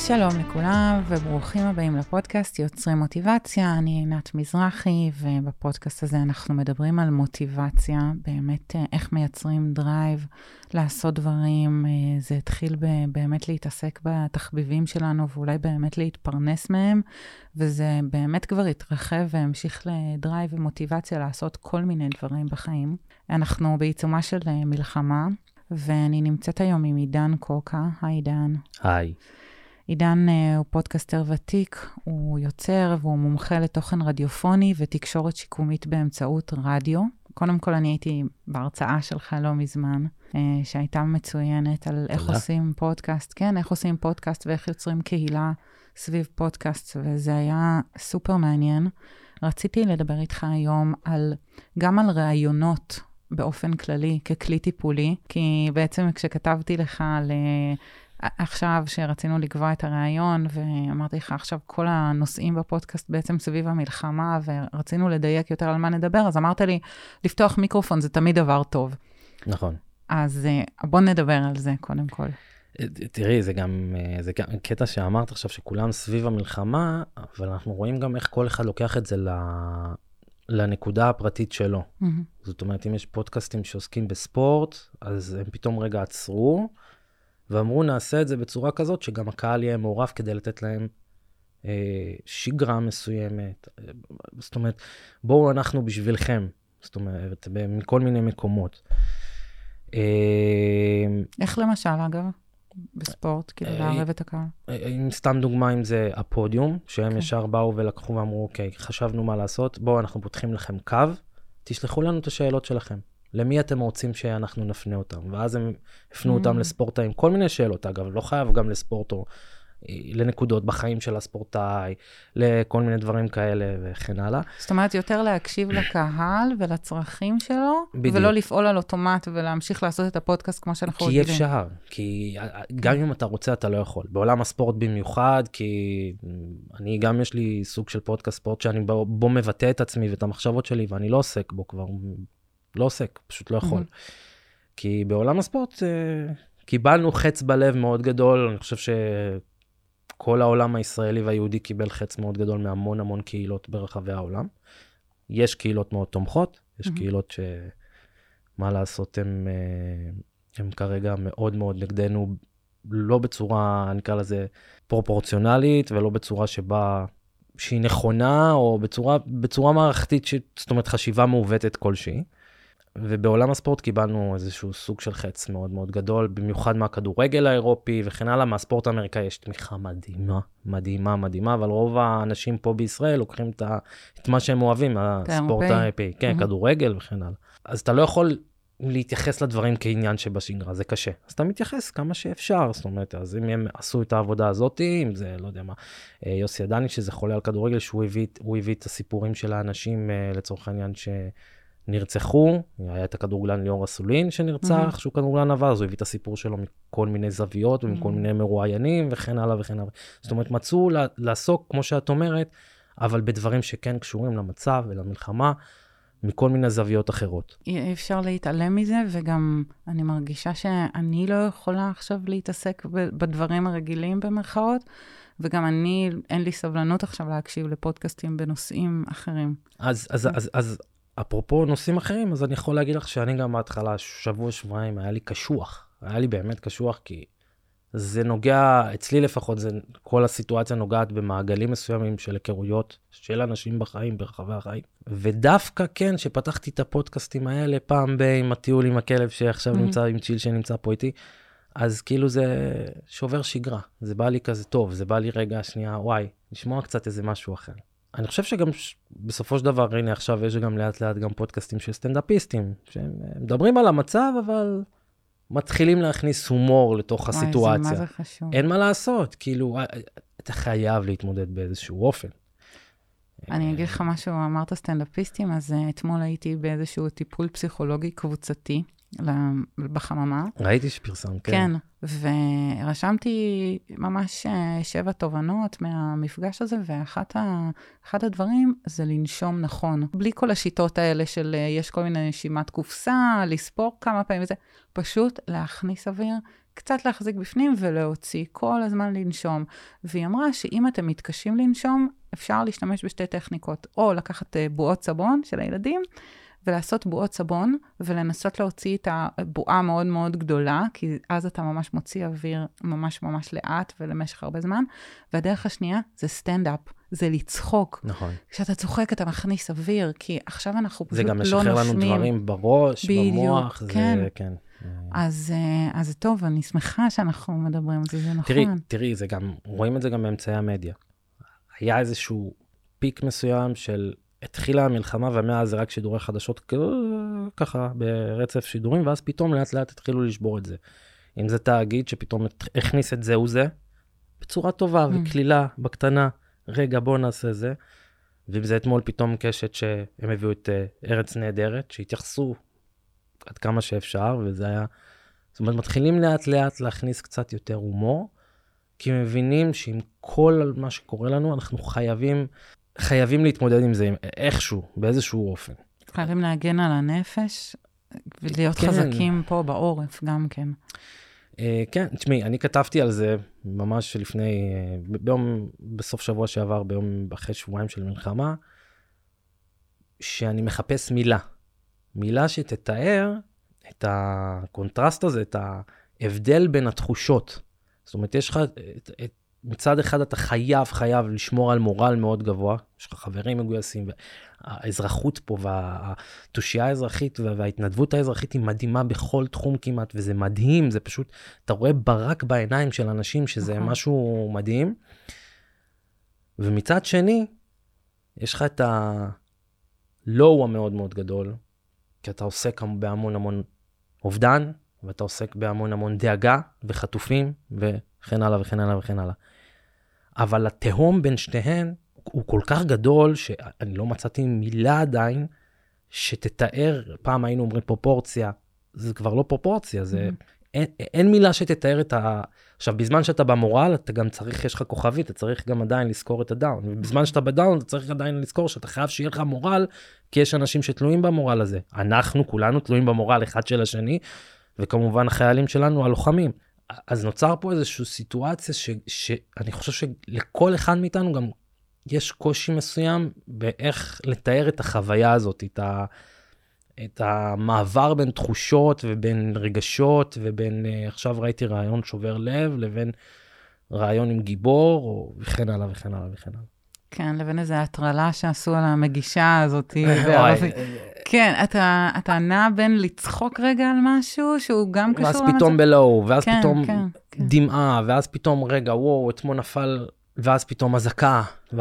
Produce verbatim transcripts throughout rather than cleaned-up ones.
שלום לכולם וברוכים הבאים לפודקאסט יוצרי מוטיבציה. אני עינת מזרחי, ובפודקאסט הזה אנחנו מדברים על מוטיבציה, באמת איך מייצרים דרייב לעשות דברים. זה התחיל באמת להתעסק בתחביבים שלנו ואולי באמת להתפרנס מהם, וזה באמת כבר התרחב והמשיך לדרייב ומוטיבציה לעשות כל מיני דברים בחיים. אנחנו בעיצומה של מלחמה, ואני נמצאת היום עם עידן קוקה. היי עידן. היי. עידן uh, הוא פודקאסטר ותיק, הוא יוצר והוא מומחה לתוכן רדיופוני ותקשורת שיקומית באמצעות רדיו. קודם כל אני הייתי בהרצאה שלך לא מזמן, uh, שהייתה מצוינת על איך עושים פודקאסט, כן, איך עושים פודקאסט ואיך יוצרים קהילה סביב פודקאסט, וזה היה סופר מעניין. רציתי לדבר איתך היום על, גם על רעיונות באופן כללי ככלי טיפולי, כי בעצם כשכתבתי לך על... עכשיו שרצינו לקבוע את הרעיון, ואמרתי לך עכשיו כל הנושאים בפודקאסט בעצם סביב המלחמה, ורצינו לדייק יותר על מה נדבר, אז אמרת לי, לפתוח מיקרופון זה תמיד דבר טוב. נכון. אז בוא נדבר על זה קודם כל. תראי, זה גם, זה גם קטע שאמרת עכשיו שכולם סביב המלחמה, אבל אנחנו רואים גם איך כל אחד לוקח את זה ל... לנקודה הפרטית שלו. Mm-hmm. זאת אומרת, אם יש פודקאסטים שעוסקים בספורט, אז הם פתאום רגע עצרו, ואמרו, נעשה את זה בצורה כזאת, שגם הקהל יהיה מעורב כדי לתת להם אה, שגרה מסוימת. זאת אומרת, בואו אנחנו בשבילכם. זאת אומרת, מכל מיני מקומות. אה, איך למשל, אגב, בספורט, כאילו אה, לערב את הקהל? אם סתם דוגמה, אם זה הפודיום, שהם okay. ישר באו ולקחו ואמרו, אוקיי, חשבנו מה לעשות, בואו אנחנו פותחים לכם קו, תשלחו לנו את השאלות שלכם. למי אתם רוצים שאנחנו נפנה אותם? ואז הם הפנו אותם לספורטאים. כל מיני שאלות, אגב, לא חייב גם לספורט או לנקודות בחיים של הספורטאי, לכל מיני דברים כאלה וכן הלאה. זאת אומרת, יותר להקשיב לקהל ולצרכים שלו, בדיוק. ולא לפעול על אוטומט ולהמשיך לעשות את הפודקאסט כמו שאנחנו רגילים. כי אי אפשר, כי גם אם אתה רוצה, אתה לא יכול. בעולם הספורט במיוחד, כי אני גם יש לי סוג של פודקאסט ספורט, שאני בו, בו מבטא את עצמי ואת המחשבות שלי, ואני לא עוסק בו כבר... לא עוסק, פשוט לא יכול. Mm-hmm. כי בעולם הספורט אה, קיבלנו חץ בלב מאוד גדול, אני חושב שכל העולם הישראלי והיהודי קיבל חץ מאוד גדול מהמון המון קהילות ברחבי העולם. יש קהילות מאוד תומכות, יש mm-hmm. קהילות שמה לעשות, הם, הם כרגע מאוד מאוד נגדנו, לא בצורה, נקרא לזה, פרופורציונלית, ולא בצורה שבה... שהיא נכונה, או בצורה, בצורה מערכתית, ש... זאת אומרת, חשיבה מעוותת כלשהי. ובעולם הספורט קיבלנו איזשהו סוג של חץ מאוד מאוד גדול, במיוחד מהכדורגל האירופי וכן הלאה, מהספורט האמריקאי יש תמיכה מדהימה, מדהימה, מדהימה, אבל רוב האנשים פה בישראל לוקחים את, ה... את מה שהם אוהבים, הספורט האירופי, כן, mm-hmm. כדורגל וכן הלאה. אז אתה לא יכול להתייחס לדברים כעניין שבשגרה, זה קשה. אז אתה מתייחס כמה שאפשר, זאת אומרת, אז אם הם עשו את העבודה הזאת, אם זה, לא יודע מה, יוסי עדני, שזה חולה על כדורגל, שהוא הביא, הוא הביא את הסיפורים של האנשים, לצורך העניין, שנרצחו, היה את הכדורגלן ליאור אסולין שנרצח, mm-hmm. שהוא כדורגלן עבר, אז הוא הביא את הסיפור שלו מכל מיני זוויות, ומכל mm-hmm. מיני מרואיינים, וכן הלאה וכן הלאה. זאת אומרת, מצאו לעסוק, כמו שאת אומרת, אבל בדברים שכן קשורים למצב ולמלחמה, מכל מיני זוויות אחרות. אי אפשר להתעלם מזה, וגם אני מרגישה שאני לא יכולה עכשיו להתעסק בדברים הרגילים במרכאות, וגם אני, אין לי סבלנות עכשיו להקשיב לפודקאסטים בנושאים אחרים. אז, אז, אז, אז, אפרופו נושאים אחרים, אז אני יכול להגיד לך שאני גם בהתחלה, שבוע, שבועיים, היה לי קשוח. היה לי באמת קשוח, כי זה נוגע, אצלי לפחות, זה, כל הסיטואציה נוגעת במעגלים מסוימים של היכרויות של אנשים בחיים, ברחבי החיים. ודווקא כן, שפתחתי את הפודקאסטים האלה פעם בי עם הטיול עם הכלב שעכשיו mm-hmm. נמצא, עם צ'יל שנמצא פה איתי, אז כאילו זה שובר שגרה. זה בא לי כזה טוב, זה בא לי רגע שנייה, וואי, לשמוע קצת איזה משהו אחר. אני חושב שגם ש... בסופו של דבר, הנה עכשיו יש גם לאט לאט גם פודקאסטים של סטנדאפיסטים, שהם מדברים על המצב, אבל... מתחילים להכניס הומור לתוך הסיטואציה. מה זה חשוב? אין מה לעשות, כאילו, אתה חייב להתמודד באיזשהו אופן. אני אגיד לך משהו, אמרת סטנדאפיסטים, אז אתמול הייתי באיזשהו טיפול פסיכולוגי קבוצתי בחממה. ראיתי שפרסם, כן. כן, ורשמתי ממש שבע תובנות מהמפגש הזה, ואחד הדברים זה לנשום נכון. בלי כל השיטות האלה של יש כל מיני נשימת קופסה, לספור כמה פעמים וזה, פשוט להכניס אוויר קצת להחזיק בפנים ולהוציא, כל הזמן לנשום. והיא אמרה שאם אתם מתקשים לנשום, אפשר להשתמש בשתי טכניקות, או לקחת בועות סבון של הילדים, ולעשות בועות סבון, ולנסות להוציא את הבועה מאוד מאוד גדולה, כי אז אתה ממש מוציא אוויר ממש ממש לאט ולמשך הרבה זמן. והדרך השנייה זה סטנד-אפ, זה לצחוק. נכון. כשאתה צוחק אתה מכניס אוויר, כי עכשיו אנחנו פשוט לא נושמים. זה גם משחרר לנו דברים בראש, בדיוק, במוח. כן. זה, כן. אז, אז זה טוב, אני שמחה שאנחנו מדברים על זה, זה נכון. תראי, תראי, זה גם, רואים את זה גם באמצעי המדיה. היה איזשהו פיק מסוים של התחילה המלחמה, ומאז זה רק שידורי חדשות ככה ברצף שידורים, ואז פתאום לאט לאט התחילו לשבור את זה. אם זה תאגיד שפתאום הכניס את זה וזה, בצורה טובה וכלילה, בקטנה, רגע בוא נעשה זה, ואם זה אתמול פתאום קשת שהם הביאו את ארץ נהדרת, שהתייחסו עד כמה שאפשר, וזה היה, זאת אומרת, מתחילים לאט לאט להכניס קצת יותר הומור, כי מבינים שעם כל מה שקורה לנו, אנחנו חייבים, חייבים להתמודד עם זה איכשהו, באיזשהו אופן. חייבים להגן על הנפש, ולהיות כן. חזקים פה בעורף גם כן. Uh, כן, תשמעי, אני כתבתי על זה ממש לפני, uh, ביום, בסוף שבוע שעבר, ביום אחרי שבועיים של מלחמה, שאני מחפש מילה. מילה שתתאר את הקונטרסט הזה, את ההבדל בין התחושות. זאת אומרת, יש לך, את, את, מצד אחד אתה חייב, חייב לשמור על מורל מאוד גבוה, יש לך חברים מגויסים, והאזרחות פה, והתושייה האזרחית, וההתנדבות האזרחית היא מדהימה בכל תחום כמעט, וזה מדהים, זה פשוט, אתה רואה ברק בעיניים של אנשים, שזה משהו מדהים, ומצד שני, יש לך את הלואו המאוד מאוד גדול, כי אתה עוסק בהמון המון אובדן, ואתה עוסק בהמון המון דאגה, וחטופים, וכן הלאה וכן הלאה וכן הלאה. אבל התהום בין שתיהן, הוא כל כך גדול, שאני לא מצאתי מילה עדיין, שתתאר, פעם היינו אומרים פרופורציה, זה כבר לא פרופורציה, זה, mm-hmm. אין, אין מילה שתתאר את ה... עכשיו, בזמן שאתה במורל, אתה גם צריך, יש לך כוכבית, אתה צריך גם עדיין לזכור את הדאון, ובזמן שאתה בדאון, אתה צריך עדיין לזכור שאתה חייב שיהיה לך מורל, כי יש אנשים שתלויים במורל הזה. אנחנו, כולנו תלויים במורל אחד של השני, וכמובן החיילים שלנו, הלוחמים. אז נוצר פה איזושהי סיטואציה, ש, שאני חושב שלכל אחד מאיתנו גם יש קושי מסוים, באיך לתאר את החוויה הזאת, את ה... את המעבר בין תחושות ובין רגשות, ובין, עכשיו ראיתי רעיון שובר לב, לבין רעיון עם גיבור, או וכן הלאה וכן הלאה וכן הלאה. כן, לבין איזו הטרלה שעשו על המגישה הזאת. כן, אתה, אתה נע בין לצחוק רגע על משהו, שהוא גם קשור... ואז פתאום בלואו, ואז פתאום דמעה, ואז פתאום רגע, וואו, אתמול נפל, ואז פתאום הזקה.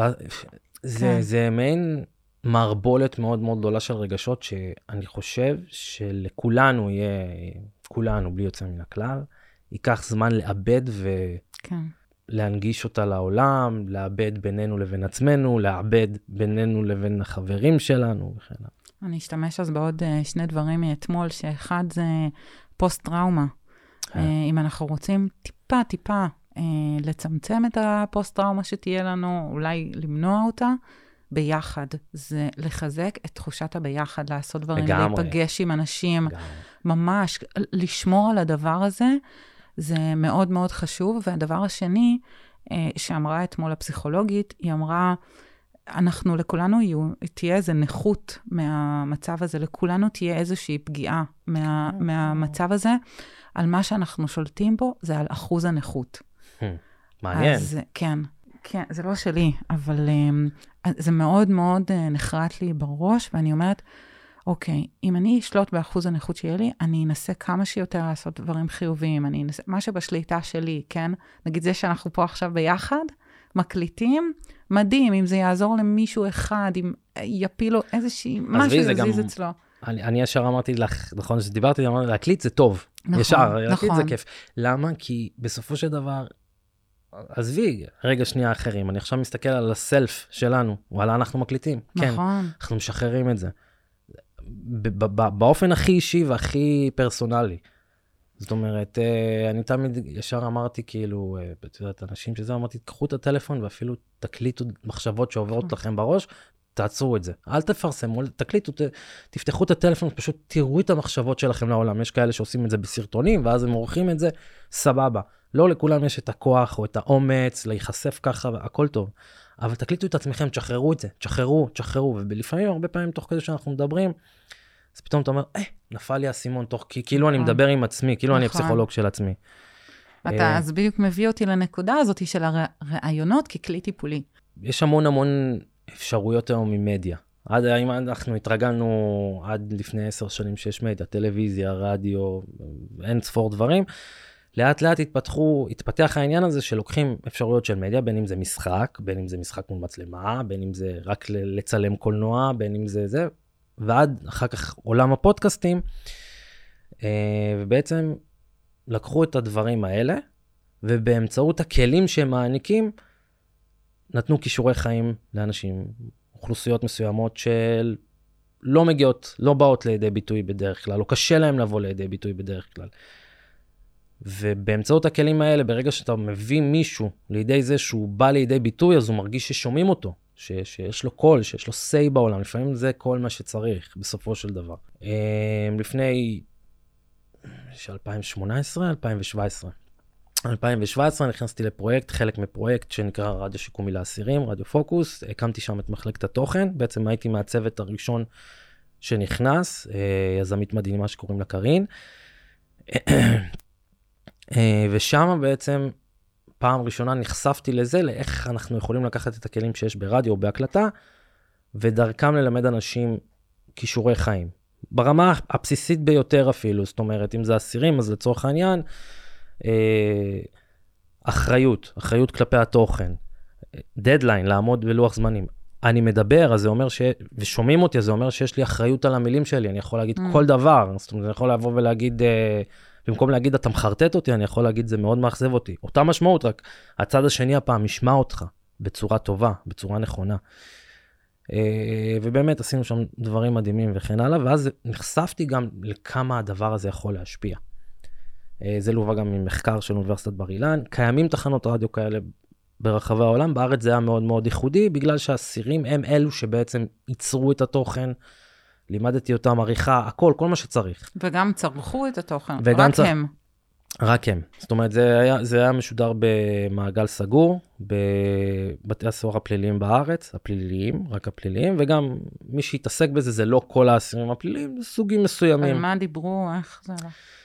זה מעין... מערבולת מאוד מאוד גדולה של רגשות, שאני חושב שלכולנו יהיה, כולנו בלי יוצא מן הכלל, ייקח זמן לאבד ולהנגיש אותה לעולם, לאבד בינינו לבין עצמנו, לאבד בינינו לבין החברים שלנו וכן הלאה. אני אשתמש אז בעוד שני דברים מאתמול, שאחד זה פוסט-טראומה. אם אנחנו רוצים טיפה טיפה לצמצם את הפוסט-טראומה שתהיה לנו, אולי למנוע אותה, ביחד, זה לחזק את תחושת הביחד, לעשות דברים, להיפגש עם אנשים, ממש, לשמור על הדבר הזה, זה מאוד מאוד חשוב, והדבר השני, שאמרה אתמול הפסיכולוגית, היא אמרה, אנחנו לכולנו תהיה איזו נכות מהמצב הזה, לכולנו תהיה איזושהי פגיעה מה, מהמצב הזה, על מה שאנחנו שולטים בו, זה על אחוז הנכות. מעניין. אז כן. כן, זה לא שלי, אבל um, זה מאוד מאוד uh, נחרט לי בראש, ואני אומרת, אוקיי, אם אני אשלוט באחוז הנכות שיהיה לי, אני אנסה כמה שיותר לעשות דברים חיוביים, אני אנסה, מה שבשליטה שלי, כן? נגיד זה שאנחנו פה עכשיו ביחד, מקליטים, מדהים, אם זה יעזור למישהו אחד, אם יפילו איזושהי, משהו יזיז אצלו. אני, אני ישר אמרתי לך, נכון, שדיברתי, אמרתי, להקליט זה טוב, נכון, ישר, להקליט נכון. זה כיף. למה? כי בסופו של דבר, עזבי, רגע שנייה אחרים, אני עכשיו מסתכל על הסלף שלנו, וואלה, אנחנו מקליטים. נכון. כן, אנחנו משחררים את זה. באופן הכי אישי והכי פרסונלי. זאת אומרת, אני תמיד ישר אמרתי, כאילו, את יודעת, אנשים שזה, אמרתי, תקחו את הטלפון, ואפילו תקליטו מחשבות שעוברות לכם בראש, תעצרו את זה. אל תפרסמו, תקליטו, ת, תפתחו את הטלפון, פשוט תראו את המחשבות שלכם לעולם. יש כאלה שעושים את זה בסרטונים, ואז הם עורכים את זה, סבבה. לא לכולם יש את הכוח או את האומץ, להיחשף ככה, הכל טוב. אבל תקליטו את עצמכם, תשחררו את זה, תשחררו, תשחררו, ולפעמים, הרבה פעמים, תוך כזה שאנחנו מדברים, אז פתאום אתה אומר, אה, נפל לי הסימון, תוך, כאילו אני מדבר עם עצמי, כאילו אני הפסיכולוג של עצמי. אתה אז בדיוק מביא אותי לנקודה הזאת של הרעיונות ככלי טיפולי. יש המון המון אפשרויות היום ממדיה. עד, אם אנחנו התרגלנו עד לפני עשר שנים שיש מדיה, טלוויזיה, רדיו, אין ספור דברים, לאט לאט התפתחו, התפתח העניין הזה שלוקחים אפשרויות של מדיה, בין אם זה משחק, בין אם זה משחק מול מצלמה, בין אם זה רק לצלם קולנוע, בין אם זה זה, ועד אחר כך עולם הפודקאסטים, ובעצם לקחו את הדברים האלה, ובאמצעות הכלים שהם מעניקים, נתנו כישורי חיים לאנשים, אוכלוסיות מסוימות של לא מגיעות, לא באות לידי ביטוי בדרך כלל, או קשה להם לבוא לידי ביטוי בדרך כלל. ובאמצעות הכלים האלה, ברגע שאתה מביא מישהו לידי זה שהוא בא לידי ביטוי, אז הוא מרגיש ששומעים אותו, ש- שיש לו קול, שיש לו say בעולם, לפעמים זה כל מה שצריך, בסופו של דבר. לפני אלפיים שמונה עשרה, אלפיים שבע עשרה. אלפיים שבע עשרה נכנסתי לפרויקט, חלק מפרויקט שנקרא רדיו שיקומי לאסירים, רדיו פוקוס, הקמתי שם את מחלקת התוכן, בעצם הייתי מהצוות הראשון שנכנס, יזמית מדהימה שקוראים לה קרין, ושם בעצם פעם ראשונה נחשפתי לזה, לאיך אנחנו יכולים לקחת את הכלים שיש ברדיו או בהקלטה, ודרכם ללמד אנשים כישורי חיים. ברמה הבסיסית ביותר אפילו, זאת אומרת, אם זה אסירים, אז לצורך העניין, אה, אחריות, אחריות כלפי התוכן, דדליין, לעמוד בלוח זמנים. אני מדבר, אז זה אומר ש... ושומעים אותי, אז זה אומר שיש לי אחריות על המילים שלי, אני יכול להגיד mm. כל דבר, זאת אומרת, אני יכול לבוא ולהגיד, אה, במקום להגיד, אתה מחרטט אותי, אני יכול להגיד, זה מאוד מאכזב אותי. אותה משמעות, רק הצד השני הפעם ישמע אותך בצורה טובה, בצורה נכונה. ובאמת עשינו שם דברים מדהימים וכן הלאה, ואז נחשפתי גם לכמה הדבר הזה יכול להשפיע. זה לובה גם ממחקר של אוניברסיטת בר אילן, קיימים תחנות רדיו כאלה ברחבי העולם, בארץ זה היה מאוד מאוד ייחודי, בגלל שהאסירים הם אלו שבעצם ייצרו את התוכן, לימדתי אותם עריכה, הכל, כל מה שצריך. וגם צרכו את התוכן, רק צר... הם. רק הם. זאת אומרת, זה היה, זה היה משודר במעגל סגור, בבתי הסוהר הפליליים בארץ, הפליליים, רק הפליליים, וגם מי שהתעסק בזה, זה לא כל האסירים הפליליים, זה סוגים מסוימים. על מה דיברו, איך זה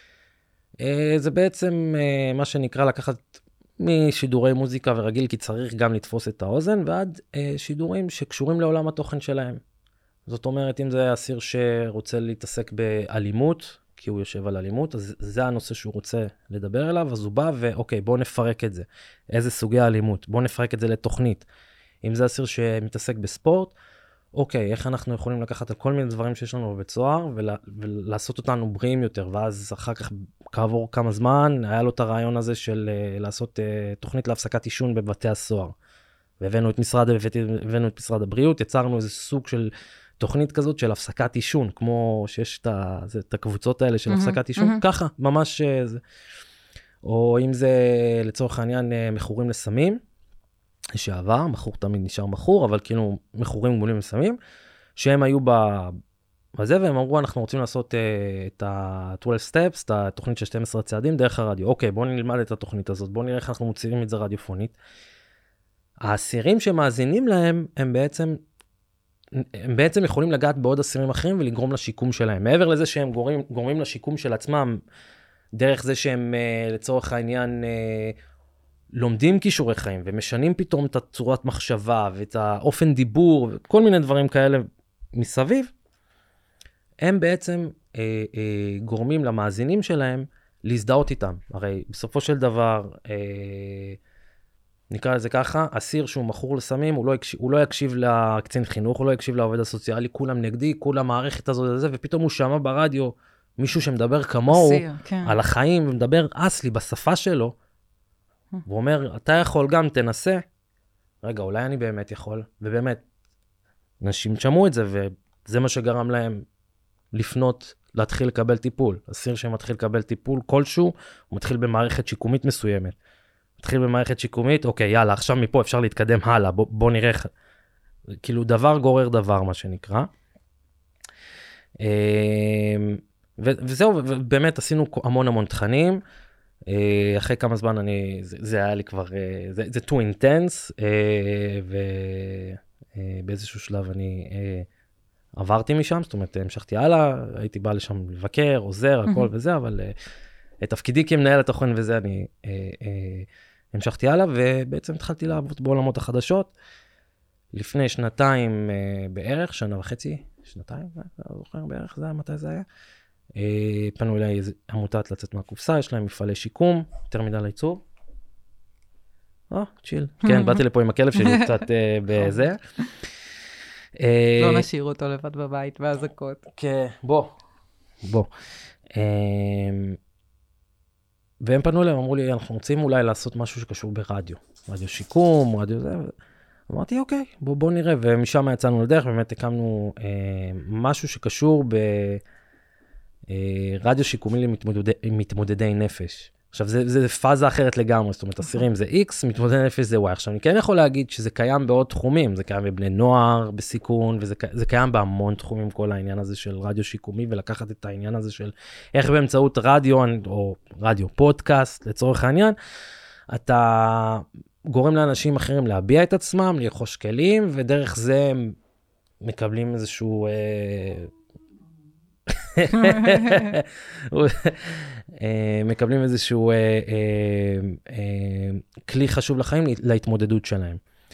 לא? זה בעצם מה שנקרא לקחת משידורי מוזיקה ורגיל, כי צריך גם לתפוס את האוזן, ועד שידורים שקשורים לעולם התוכן שלהם. זאת אומרת, אם זה אסיר שרוצה להתעסק באלימות, כי הוא יושב על אלימות, אז זה הנושא שהוא רוצה לדבר אליו, אז הוא בא ואוקיי, בואו נפרק את זה. איזה סוגי האלימות? בואו נפרק את זה לתוכנית. אם זה אסיר שמתעסק בספורט, אוקיי, איך אנחנו יכולים לקחת על כל מיני דברים שיש לנו בבית סוהר, ולה, ולעשות אותנו בריאים יותר, ואז אחר כך, כעבור כמה זמן, היה לו את הרעיון הזה של uh, לעשות uh, תוכנית להפסקת עישון בבתי הסוהר. והבאנו את משרד, הבאנו את משרד הבריאות, יצרנו איזה סוג של תוכנית כזאת של הפסקת עישון, כמו שיש את, ה, זה, את הקבוצות האלה של mm-hmm, הפסקת עישון, mm-hmm. ככה, ממש זה. או אם זה לצורך העניין מכורים לסמים, שעבר, מכור תמיד נשאר מכור, אבל כאילו מכורים גמולים לסמים, שהם היו בזה, והם אמרו, אנחנו רוצים לעשות uh, את ה-שתים עשרה steps, את התוכנית של שנים עשר צעדים, דרך הרדיו. אוקיי, בואו נלמד את התוכנית הזאת, בואו נראה איך אנחנו מוציאים את זה רדיופונית. האסירים שמאזינים להם, הם בעצם, הם בעצם יכולים לגעת בעוד אסירים אחרים, ולגרום לשיקום שלהם. מעבר לזה שהם גורמים, גורמים לשיקום של עצמם, דרך זה שהם uh, לצורך העניין, uh, לומדים כישורי חיים, ומשנים פתאום את הצורת מחשבה, ואת האופן דיבור, וכל מיני דברים כאלה מסביב, הם בעצם אה, אה, גורמים למאזינים שלהם להזדהות איתם. הרי בסופו של דבר, אה, נקרא לזה ככה, אסיר שהוא מכור לסמים, הוא לא יקשיב, הוא לא יקשיב לקצין חינוך, הוא לא יקשיב לעובד הסוציאלי, כולם נגדי, כולם מערכת הזאת וזה, ופתאום הוא שמע ברדיו מישהו שמדבר כמוהו, אסיר, כן. על החיים, ומדבר אסלי בשפה שלו, והוא אומר, אתה יכול גם, תנסה. רגע, אולי אני באמת יכול, ובאמת, אנשים שמעו את זה, וזה מה שגרם להם לפנות, להתחיל לקבל טיפול. אסיר שמתחיל לקבל טיפול כלשהו, הוא מתחיל במערכת שיקומית מסוימת. מתחיל במערכת שיקומית, אוקיי, יאללה, עכשיו מפה אפשר להתקדם הלאה, בוא, בוא נראה. כאילו דבר גורר דבר, מה שנקרא. וזהו, ובאמת עשינו המון המון תכנים, אחרי כמה זמן אני, זה היה לי כבר, זה, זה too intense, ובאיזשהו שלב אני עברתי משם, זאת אומרת, המשכתי הלאה, הייתי בא לשם לבקר, עוזר, הכל וזה, אבל את תפקידי כמנהל התוכן וזה, אני המשכתי הלאה, ובעצם התחלתי לעבוד בעולמות החדשות, לפני שנתיים בערך, שנה וחצי, שנתיים, לא זוכר בערך, זה היה, מתי זה היה? פנו אליי איזו עמותת לצאת מהקופסה, יש להם מפעלי שיקום, טרמינל הייצור. אה, צ'יל. כן, באתי לפה עם הכלב שלי קצת בזה. לא נשאיר אותו לבד בבית, בהזקות. כן, בוא, בוא. והם פנו אליי, אמרו לי, אנחנו רוצים אולי לעשות משהו שקשור ברדיו. רדיו שיקום, רדיו זה. אמרתי, אוקיי, בוא, בוא נראה. ומשם יצאנו לדרך, באמת הקמנו משהו שקשור ב... רדיו שיקומי למתמודדי נפש. עכשיו, זה, זה פאזה אחרת לגמרי, זאת אומרת, אסירים זה X, מתמודדי נפש זה Y. עכשיו, אני כן יכול להגיד שזה קיים בעוד תחומים, זה קיים בבני נוער, בסיכון, וזה זה קיים בהמון תחומים, כל העניין הזה של רדיו שיקומי, ולקחת את העניין הזה של איך באמצעות רדיו, או רדיו פודקאסט, לצורך העניין, אתה גורם לאנשים אחרים להביע את עצמם, לרכוש כלים, ודרך זה הם מקבלים איזשהו... מקבלים איזשהו כלי חשוב לחיים להתמודדות שלהם.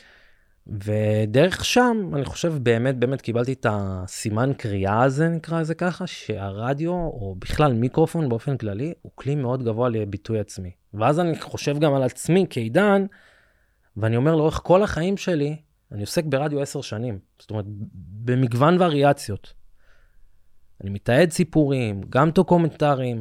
ודרך שם, אני חושב, באמת, באמת קיבלתי את הסימן קריאה הזה, נקרא לזה ככה, שהרדיו, או בכלל מיקרופון באופן כללי, הוא כלי מאוד גבוה לביטוי עצמי. ואז אני חושב גם על עצמי כעידן, ואני אומר לאורך כל החיים שלי, אני עוסק ברדיו עשר שנים. זאת אומרת, במגוון וריאציות. אני מתעד סיפורים, גם דוקומנטריים.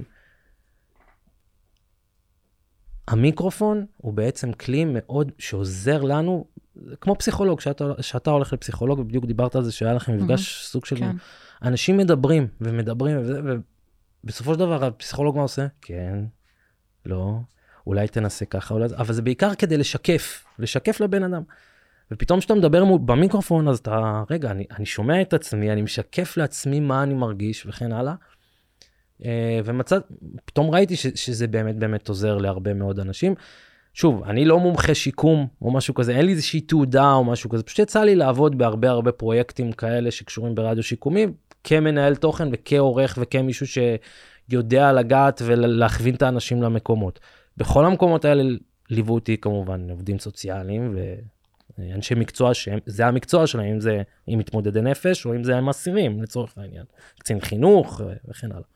המיקרופון הוא בעצם כלי מאוד שעוזר לנו, כמו פסיכולוג, שאתה, שאתה הולך לפסיכולוג, ובדיוק דיברת על זה שהיה לכם מפגש mm-hmm. סוג של... כן. אנשים מדברים ומדברים, ובסופו של דבר הפסיכולוג מה עושה? כן, לא, אולי תנסה ככה, אולי... אבל זה בעיקר כדי לשקף, לשקף לבן אדם. ופתאום כשאתה מדבר במיקרופון, אז אתה, רגע, אני, אני שומע את עצמי, אני משקף לעצמי מה אני מרגיש, וכן הלאה. ומצא, פתאום ראיתי ש, שזה באמת באמת עוזר להרבה מאוד אנשים. שוב, אני לא מומחה שיקום או משהו כזה, אין לי איזושהי תעודה או משהו כזה, פשוט יצא לי לעבוד בהרבה הרבה פרויקטים כאלה שקשורים ברדיו שיקומי, כמנהל תוכן וכעורך וכמישהו שיודע לגעת ולהכווין את האנשים למקומות. בכל המקומות האלה ליוו אותי כמובן עובדים סוציאליים ואנשי מקצוע שזה המקצוע שלהם, אם זה עם מתמודדי נפש או אם זה עם אסירים לצורך העניין, קצין חינוך וכן הלאה.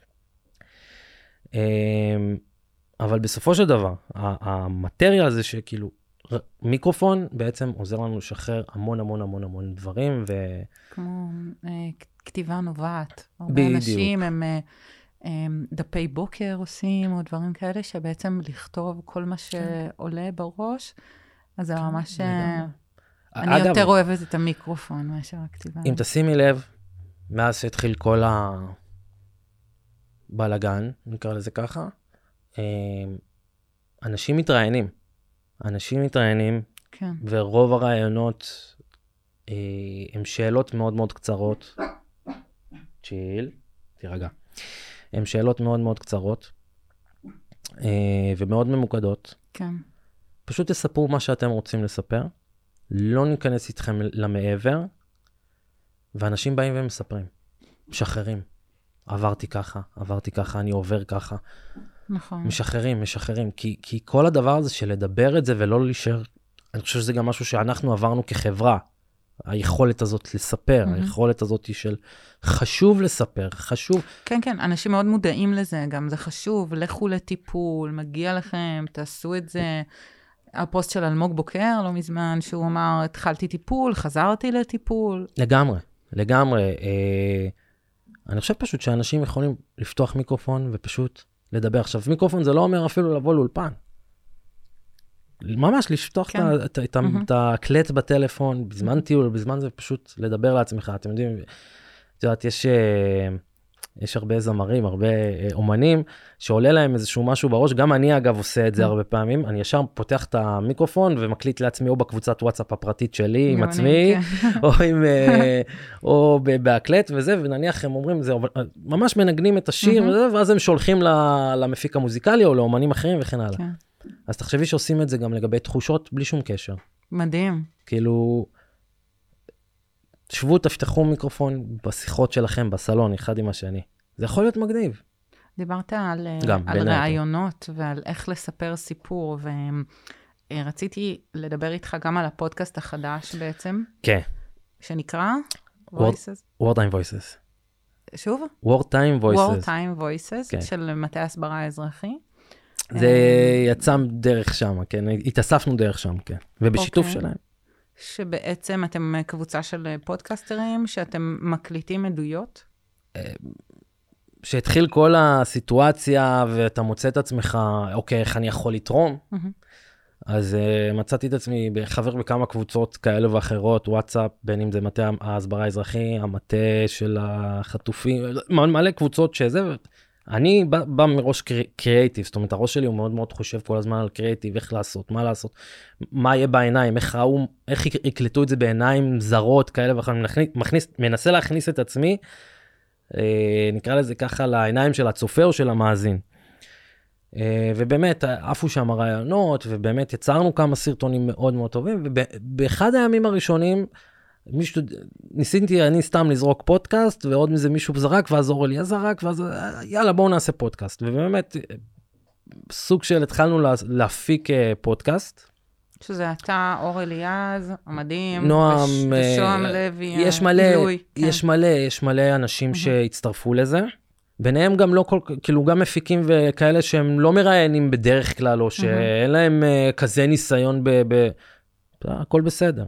אבל בסופו של דבר, המטריה הזה שכאילו, מיקרופון בעצם עוזר לנו לשחרר המון המון המון המון דברים, ו... כמו כתיבה נובעת. הרבה אנשים הם דפי בוקר עושים, או דברים כאלה, שבעצם לכתוב כל מה שעולה בראש, אז זה ממש... אני יותר אוהבת את המיקרופון מאשר הכתיבה. אם תשימי לב, מאז שהתחיל כל הבלגן, נקרא לזה ככה, אנשים מתראיינים, אנשים מתראיינים, כן. ורוב הרעיונות הם שאלות מאוד מאוד קצרות, צ'יל, תירגע, הם שאלות מאוד מאוד קצרות, ומאוד ממוקדות. כן. פשוט תספרו מה שאתם רוצים לספר, לא ניכנס איתכם למעבר, ואנשים באים ומספרים, משחררים. עברתי ככה, עברתי ככה, אני עובר ככה. נכון. משחררים, משחררים, כי, כי כל הדבר הזה של לדבר את זה ולא להישאר, אני חושב שזה גם משהו שאנחנו עברנו כחברה, היכולת הזאת לספר, mm-hmm. היכולת הזאת של חשוב לספר, חשוב. כן, כן, אנשים מאוד מודעים לזה, גם זה חשוב, לכו לטיפול, מגיע לכם, תעשו את זה. הפוסט של אלמוג בוקר, לא מזמן, שהוא אמר, התחלתי טיפול, חזרתי לטיפול. לגמרי, לגמרי. אה, אני חושב פשוט שאנשים יכולים לפתוח מיקרופון ופשוט לדבר. עכשיו, מיקרופון זה לא אומר אפילו לבוא לאולפן. ממש, לפתוח כן. את, את, mm-hmm. את הקלט בטלפון, בזמן טיול, בזמן זה פשוט לדבר לעצמך. אתם יודעים, את יודעת, יש, יש הרבה זמרים, הרבה אומנים, שעולה להם איזשהו משהו בראש, גם אני אגב עושה את זה הרבה פעמים, אני ישר פותח את המיקרופון ומקליט לעצמי או בקבוצת וואטסאפ הפרטית שלי עם עצמי, או עם, או בהקלט וזה, ונניח הם אומרים, זה ממש מנגנים את השיר, ואז הם שולחים למפיק המוזיקלי או לאומנים אחרים וכן הלאה. אז תחשבי שעושים את זה גם לגבי תחושות בלי שום קשר. מדהים. כאילו, שבו, תפתחו מיקרופון בשיחות שלכם, בסלון, אחד עם השני. זה יכול להיות מגניב. דיברת על, על רעיונות ועל איך לספר סיפור, ורציתי לדבר איתך גם על הפודקאסט החדש בעצם. כן. שנקרא? Voices. Wartime Voices. שוב? Wartime Voices. Wartime Voices, כן. של מטה הסברה האזרחי. זה יצא דרך שם, כן? התאספנו דרך שם, כן. ובשיתוף שלהם. שבעצם אתם קבוצה של פודקאסטרים, שאתם מקליטים עדויות? שהתחיל כל הסיטואציה, ואתה מוצא את עצמך, אוקיי, איך אני יכול לתרום? אז מצאתי את עצמי בחבר בכמה קבוצות כאלה ואחרות, וואטסאפ, בין אם זה מטה ההסברה האזרחי, המטה של החטופים, מלא קבוצות שזה, אני בא, בא מראש קריאיטיב, זאת אומרת, הראש שלי הוא מאוד מאוד חושב כל הזמן על קריאיטיב, איך לעשות, מה לעשות, מה יהיה בעיניים, איך ראו, איך יקלטו את זה בעיניים זרות כאלה ואחר, מכניס, מנסה להכניס את עצמי, אה, נקרא לזה ככה, לעיניים של הצופה או של המאזין. אה, ובאמת, עפו שם הרעיונות, ובאמת יצרנו כמה סרטונים מאוד מאוד טובים, ובאחד הימים הראשונים, מישהו, ניסיתי אני סתם לזרוק פודקאסט, ועוד מזה מישהו זרק, ואז אורלי זרק, ואז יאללה בואו נעשה פודקאסט, ובאמת סוג של התחלנו להפיק פודקאסט. שזה אתה, אור אליעז, המדהים, נועם, ושוהם לוי, יש מלא, יש מלא, יש מלא אנשים שהצטרפו לזה, ביניהם גם לא כל, כאילו גם מפיקים וכאלה שהם לא מראיינים בדרך כלל, או שאין להם כזה ניסיון ב... ב... הכל בסדר.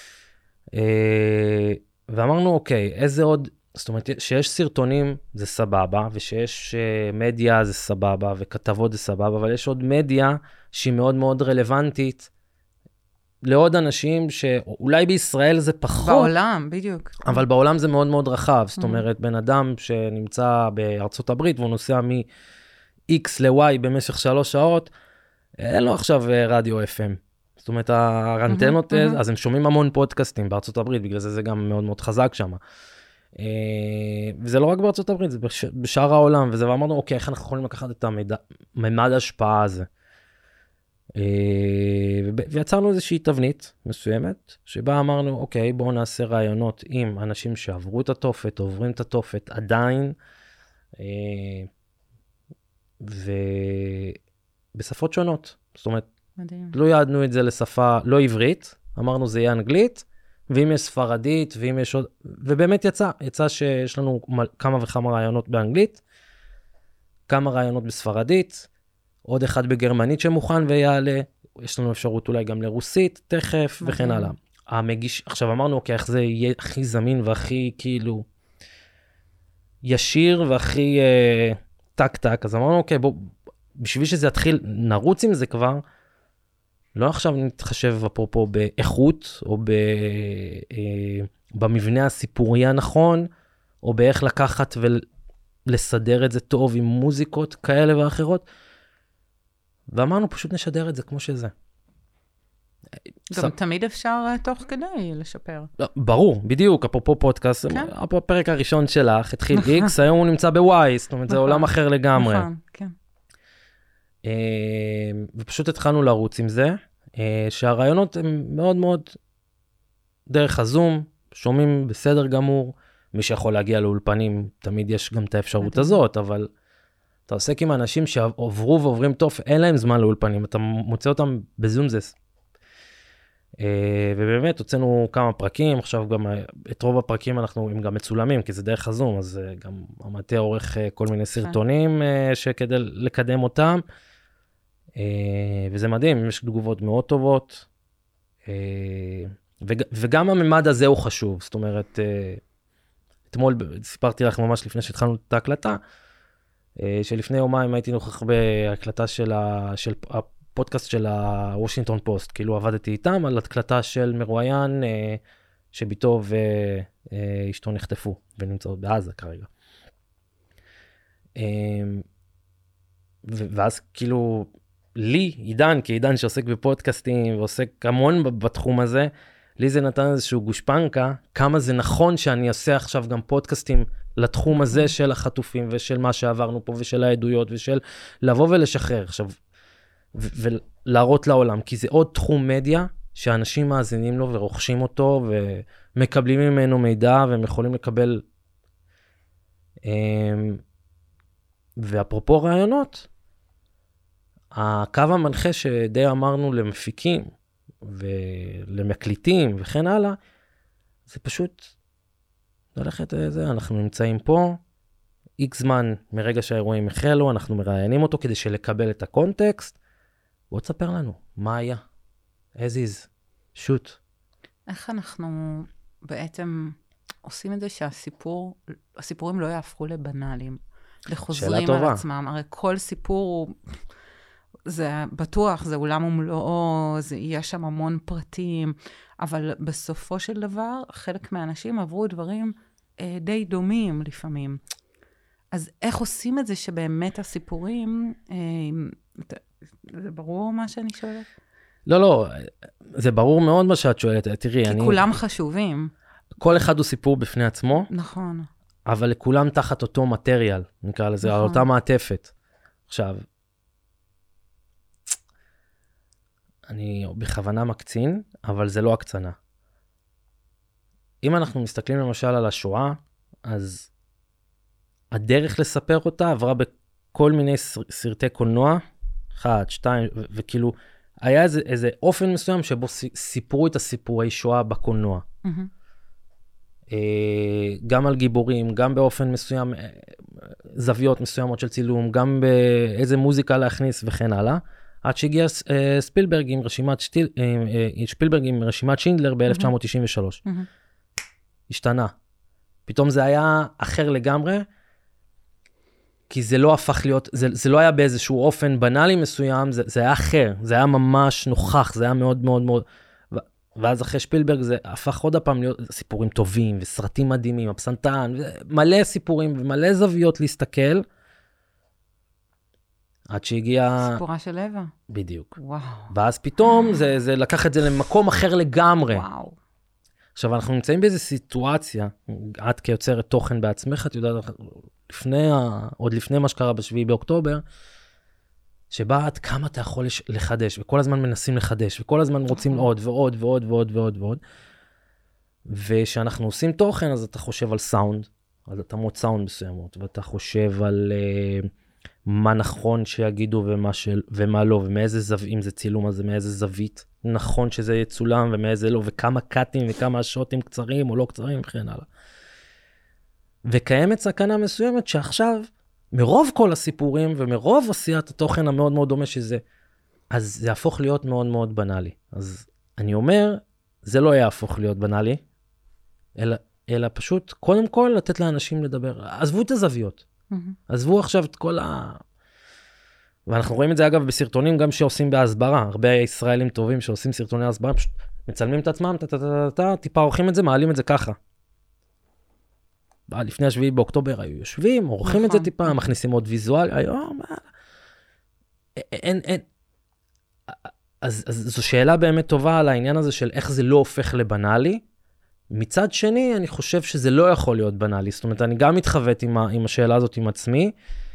ואמרנו, אוקיי, איזה עוד, זאת אומרת, שיש סרטונים זה סבבה, ושיש מדיה זה סבבה, וכתבות זה סבבה, אבל יש עוד מדיה שהיא מאוד מאוד רלוונטית לעוד אנשים שאולי בישראל זה פחות. בעולם, בדיוק. אבל בעולם זה מאוד מאוד רחב, זאת אומרת, בן אדם שנמצא בארצות הברית, והוא נוסע מ-X ל-Y במשך שלוש שעות, אין לו עכשיו רדיו אף אם. זאת אומרת, האנטנות, אז הם שומעים המון פודקאסטים בארצות הברית, בגלל זה זה גם מאוד מאוד חזק שם. וזה לא רק בארצות הברית, זה בשאר העולם, וזה ואמרנו, אוקיי, איך אנחנו יכולים לקחת את הממד ההשפעה הזה? ויצרנו איזושהי תבנית מסוימת, שבה אמרנו, אוקיי, בואו נעשה רעיונות עם אנשים שעברו את התופת, עוברים את התופת, עדיין, ובשפות שונות. זאת אומרת, מדהים. לא יעדנו את זה לשפה לא עברית, אמרנו זה יהיה אנגלית, ואם יש ספרדית, ואם יש עוד, ובאמת יצא, יצא שיש לנו כמה וכמה רעיונות באנגלית, כמה רעיונות בספרדית, עוד אחד בגרמנית שמוכן ויעלה, יש לנו אפשרות אולי גם לרוסית, תכף, מדהים. וכן הלאה. המגיש, עכשיו אמרנו, אוקיי, איך זה יהיה הכי זמין, והכי כאילו, ישיר, והכי אה, טק טק, אז אמרנו, אוקיי, בוא, בשביל שזה יתחיל, נרוץ עם זה כבר, לא עכשיו נתחשב אפרופו באיכות, או ב, אה, במבנה הסיפורי הנכון, או באיך לקחת ולסדר את זה טוב עם מוזיקות כאלה ואחרות, ואמרנו פשוט נשדר את זה כמו שזה. גם ס... תמיד אפשר תוך כדי לשפר. לא, ברור, בדיוק, אפרופו פודקאסט, כן? הפרק הראשון שלך התחיל X, היום הוא נמצא בוואי, זאת אומרת, זה עולם אחר לגמרי. נכון, כן. ופשוט התחלנו לרוץ עם זה, שהרעיונות הם מאוד מאוד דרך הזום, שומעים בסדר גמור, מי שיכול להגיע לאולפנים, תמיד יש גם את האפשרות הזאת, אבל אתה עוסק עם אנשים שעוברו ועוברים טוב, אין להם זמן לאולפנים, אתה מוצא אותם בזום זה. ובאמת הוצאנו כמה פרקים, עכשיו גם את רוב הפרקים אנחנו הם גם מצולמים, כי זה דרך הזום, אז גם המטה עורך כל מיני סרטונים שכדי לקדם אותם, וזה מדהים, יש תגובות מאוד טובות, וגם הממד הזה הוא חשוב, זאת אומרת, אתמול סיפרתי לך ממש לפני שהתחלנו את ההקלטה, שלפני יומיים הייתי נוכח בהקלטה של הפודקאסט של הוושינגטון פוסט, כאילו עבדתי איתם על הקלטה של מרואיין שביתו ואשתו נחטפו, ונמצאות בעזה כרגע. ואז כאילו, לי, עידן, כעידן שעוסק בפודקאסטים, ועוסק המון בתחום הזה, לי זה נתן איזשהו גושפנקה, כמה זה נכון שאני אעשה עכשיו גם פודקאסטים לתחום הזה של החטופים, ושל מה שעברנו פה, ושל העדויות, ושל לבוא ולשחרר עכשיו, ולהראות לעולם, כי זה עוד תחום מדיה, שאנשים מאזינים לו ורוכשים אותו, ומקבלים ממנו מידע, והם יכולים לקבל, ואפרופו רעיונות, הקו המנחה שדי אמרנו למפיקים, ולמקליטים וכן הלאה, זה פשוט ללכת לזה, אנחנו נמצאים פה, איקס זמן מרגע שהאירועים החלו, אנחנו מראיינים אותו כדי שלקבל את הקונטקסט, בוא תספר לנו, מה היה? as is, שוט. איך אנחנו בעצם עושים את זה שהסיפור, הסיפורים לא יהפכו לבנאליים, לחוזרים על עצמם, הרי כל סיפור הוא, זה בטוח, זה עולם ומלואו, זה, יש שם המון פרטים, אבל בסופו של דבר, חלק מהאנשים עברו דברים אה, די דומים לפעמים. אז איך עושים את זה שבאמת הסיפורים, אה, זה ברור מה שאני שואלת? לא, לא, זה ברור מאוד מה שאת שואלת, תראי, כי אני... כולם חשובים. כל אחד הוא סיפור בפני עצמו. נכון. אבל לכולם תחת אותו מטריאל, נקרא לזה, נכון. על אותה מעטפת. עכשיו, אני בכוונה מקצין, אבל זה לא הקצנה. אם אנחנו מסתכלים למשל על השואה, אז הדרך לספר אותה עברה בכל מיני סרטי קולנוע, אחד, שתיים, ו- וכאילו, היה איזה, איזה אופן מסוים שבו סיפרו את הסיפורי שואה בקולנוע. Mm-hmm. גם על גיבורים, גם באופן מסוים, זוויות מסוימות של צילום, גם באיזה מוזיקה להכניס וכן הלאה. עד שהגיע ספילברג עם רשימת שטיל, שפילברג עם רשימת שינדלר ב-אלף תשע מאות תשעים ושלוש. השתנה. פתאום זה היה אחר לגמרי, כי זה לא הפך להיות, זה, זה לא היה באיזשהו אופן בנאלי מסוים, זה, זה היה אחר, זה היה ממש נוכח, זה היה מאוד מאוד מאוד, ו, ואז אחרי שפילברג זה הפך עוד הפעם להיות סיפורים טובים, וסרטים מדהימים, הפסנתן, מלא סיפורים ומלא זוויות להסתכל, עד שהגיע... סיפורה של אווה. בדיוק. וואו. ואז פתאום זה, זה לקח את זה למקום אחר לגמרי. וואו. עכשיו, אנחנו נמצאים באיזו סיטואציה, את כיוצרת תוכן בעצמך, את יודעת, לפני, עוד לפני מה שקרה בשביעי באוקטובר, שבה עד כמה אתה יכול לחדש, וכל הזמן מנסים לחדש, וכל הזמן רוצים עוד ועוד ועוד ועוד ועוד ועוד. ושאנחנו עושים תוכן, אז אתה חושב על סאונד, על התאמות סאונד מסוימות, ואתה חושב על... Uh, מה נכון שיגידו ומה, של, ומה לא, ומאיזה זווית, אם זה צילום, אז מאיזה זווית נכון שזה יצולם, ומאיזה לא, וכמה קאטים וכמה השוטים קצרים או לא קצרים וכן הלאה. וקיימת סכנה מסוימת שעכשיו, מרוב כל הסיפורים ומרוב עשיית התוכן המאוד מאוד דומה שזה, אז זה יהפוך להיות מאוד מאוד בנאלי. אז אני אומר, זה לא יהפוך להיות בנאלי, אלא, אלא פשוט, קודם כל, לתת לאנשים לדבר. עזבו את הזוויות. עזבו עכשיו את כל ה... ואנחנו רואים את זה אגב בסרטונים גם שעושים בהסברה, הרבה ישראלים טובים שעושים סרטוני הסברה, פשוט מצלמים את עצמם, טיפה עורכים את זה, מעלים את זה ככה. לפני השביעי באוקטובר היו יושבים, עורכים את זה טיפה, מכניסים עוד ויזואל, היום, אין, אין. אז זו שאלה באמת טובה על העניין הזה של איך זה לא הופך לבנאלי, מצד שני, אני חושב שזה לא יכול להיות בנאלי. זאת אומרת, אני גם מתחוות עם, עם השאלה הזאת עם עצמי.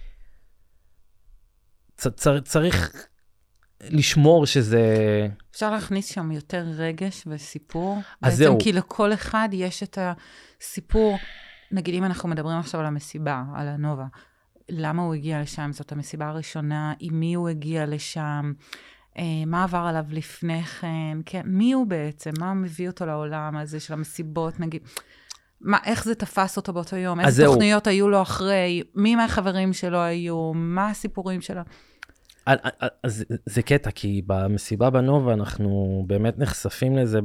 צ, צ, צריך לשמור שזה... אפשר להכניס שם יותר רגש וסיפור. אז בעצם זהו. כי לכל אחד יש את הסיפור. נגיד, אם אנחנו מדברים עכשיו על המסיבה, על הנובה, למה הוא הגיע לשם? זאת המסיבה הראשונה, עם מי הוא הגיע לשם? מה עבר עליו לפני כן, כן, מי הוא בעצם, מה מביא אותו לעולם הזה של המסיבות, נגיד, מה, איך זה תפס אותו באותו יום, איזה תוכניות זהו. היו לו אחרי, מי מהחברים שלו היו, מה הסיפורים שלו? אז זה קטע, כי במסיבה בנובה אנחנו באמת נחשפים לזה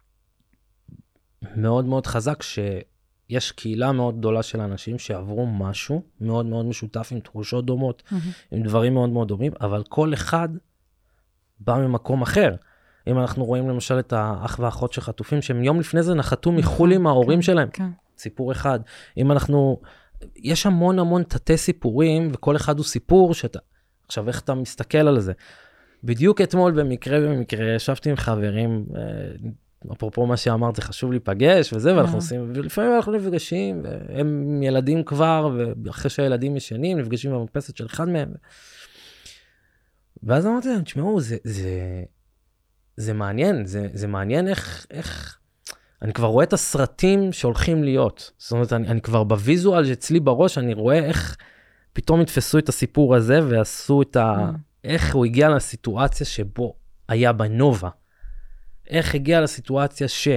מאוד מאוד חזק, שיש קהילה מאוד גדולה של אנשים שעברו משהו מאוד מאוד משותף, עם תחושות דומות, mm-hmm. עם דברים מאוד מאוד דומים, אבל כל אחד בא ממקום אחר. אם אנחנו רואים למשל את האח והאחות שחטופים, שהם יום לפני זה נחתו מחול עם ההורים שלהם. סיפור אחד. אם אנחנו יש המון המון תתי סיפורים, וכל אחד הוא סיפור שאתה, עכשיו איך אתה מסתכל על זה? בדיוק אתמול במקרה במקרה, ישבתי עם חברים, אפרופו מה שאמרת, זה חשוב להיפגש וזה, ואנחנו עושים, ולפעמים אנחנו נפגשים, והם ילדים כבר, ואחרי שהילדים ישנים, נפגשים במרפסת של אחד מהם. ואז אמרתי להם, תשמעו, זה, זה, זה מעניין, זה, זה מעניין איך, איך, אני כבר רואה את הסרטים שהולכים להיות. זאת אומרת, אני, אני כבר בוויזואל שאצלי בראש, אני רואה איך פתאום התפסו את הסיפור הזה, ועשו את ה... איך הוא הגיע לסיטואציה שבו היה בנובה. איך הגיע לסיטואציה ש...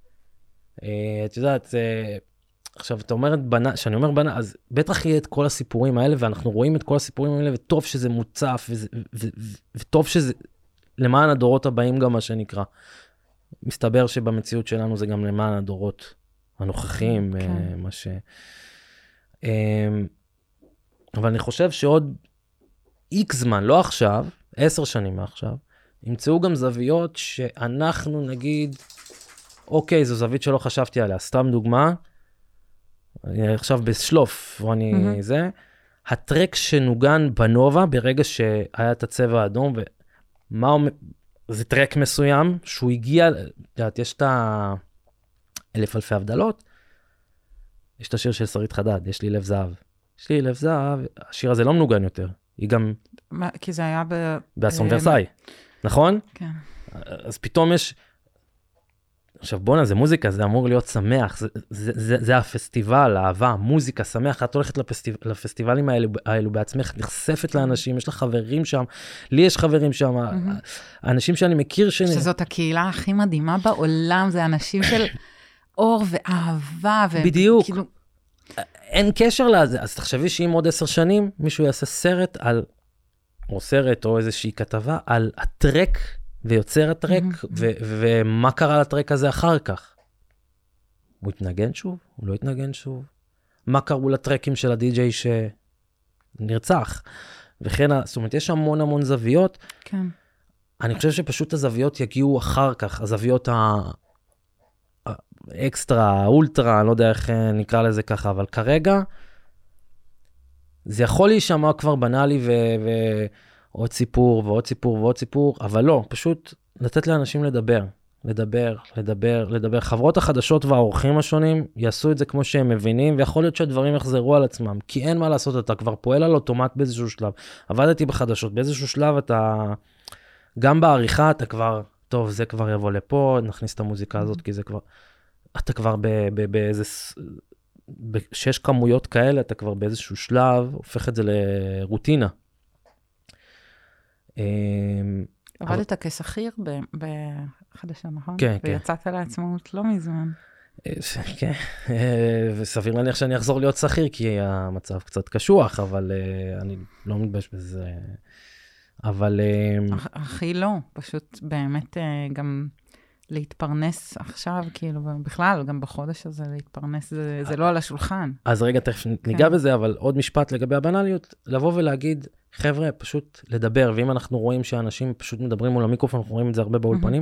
אה, את יודעת, אה, עכשיו, אתה אומרת בנה, שאני אומר בנה, אז בטח יהיה את כל הסיפורים האלה, ואנחנו רואים את כל הסיפורים האלה, וטוב שזה מוצף, וזה, ו, ו, וטוב שזה... למען הדורות הבאים גם מה שנקרא. מסתבר שבמציאות שלנו זה גם למען הדורות הנוכחים, okay. אה, מה ש... אה, אבל אני חושב שעוד איקס זמן, לא עכשיו, עשר שנים מעכשיו, ימצאו גם זוויות שאנחנו נגיד, אוקיי, זו זווית שלא חשבתי עליה. סתם דוגמה, אני עכשיו בשלוף, ואני mm-hmm. זה, הטרק שנוגן בנובה ברגע שהיה את הצבע האדום, ומה אומר, זה טרק מסוים, שהוא הגיע, יודעת, יש את האלף אלפי הבדלות, יש את השיר של שרית חדד, יש לי לב זהב. יש לי לב זהב, השיר הזה לא מנוגן יותר, היא גם... מה, כי זה היה ב... באסון ורסאי, נכון? כן. אז פתאום יש... עכשיו בונה, זה מוזיקה, זה אמור להיות שמח, זה, זה, זה, זה הפסטיבל, האהבה, מוזיקה, שמח, את הולכת לפסטיב, לפסטיבלים האלו, האלו בעצמך, נחשפת לאנשים, יש לך חברים שם, לי יש חברים שם, האנשים שאני מכיר... ש... שזאת הקהילה הכי מדהימה בעולם, זה אנשים של אור ואהבה, ו... בדיוק. כאילו... אין קשר לזה, אז תחשבי שאם עוד עשר שנים, מישהו יעשה סרט על, או סרט או איזושהי כתבה, על הטרק, ויוצר הטרק, ו- ומה קרה לטרק הזה אחר כך? הוא התנגן שוב? הוא לא התנגן שוב? מה קראו לטרקים של הדי-ג'יי שנרצח? וכן, זאת אומרת, יש המון המון זוויות. כן. אני חושב שפשוט הזוויות יגיעו אחר כך, הזוויות ה... אקסטרה, אולטרה, אני לא יודע איך נקרא לזה ככה, אבל כרגע, זה יכול להישמע כבר בנאלי ו- ועוד סיפור ועוד סיפור ועוד סיפור, אבל לא, פשוט לתת לאנשים לדבר, לדבר, לדבר, לדבר. חברות החדשות והאורחים השונים יעשו את זה כמו שהם מבינים, ויכול להיות שהדברים יחזרו על עצמם, כי אין מה לעשות, אתה כבר פועל על אוטומט באיזשהו שלב. עבדתי בחדשות, באיזשהו שלב אתה, גם בעריכה אתה כבר, טוב, זה כבר יבוא לפה, נכניס את המוזיקה הזאת, כי זה כבר... אתה כבר באיזה, שיש כמויות כאלה, אתה כבר באיזשהו שלב, הופך את זה לרוטינה. עבדת כשכיר בחדשה, נכון? כן, כן. ויצאת לעצמאות לא מזמן. כן, וסביר להניח שאני אחזור להיות שכיר, כי המצב קצת קשוח, אבל אני לא מתבייש בזה. אבל... הכי לא, פשוט באמת גם... להתפרנס עכשיו, כאילו, בכלל, גם בחודש הזה, להתפרנס, זה, זה לא על השולחן. אז רגע, תכף ניגע בזה, אבל עוד משפט לגבי הבנליות, לבוא ולהגיד, חבר'ה, פשוט לדבר, ואם אנחנו רואים שאנשים פשוט מדברים מול המיקרופון, אנחנו רואים את זה הרבה באולפנים,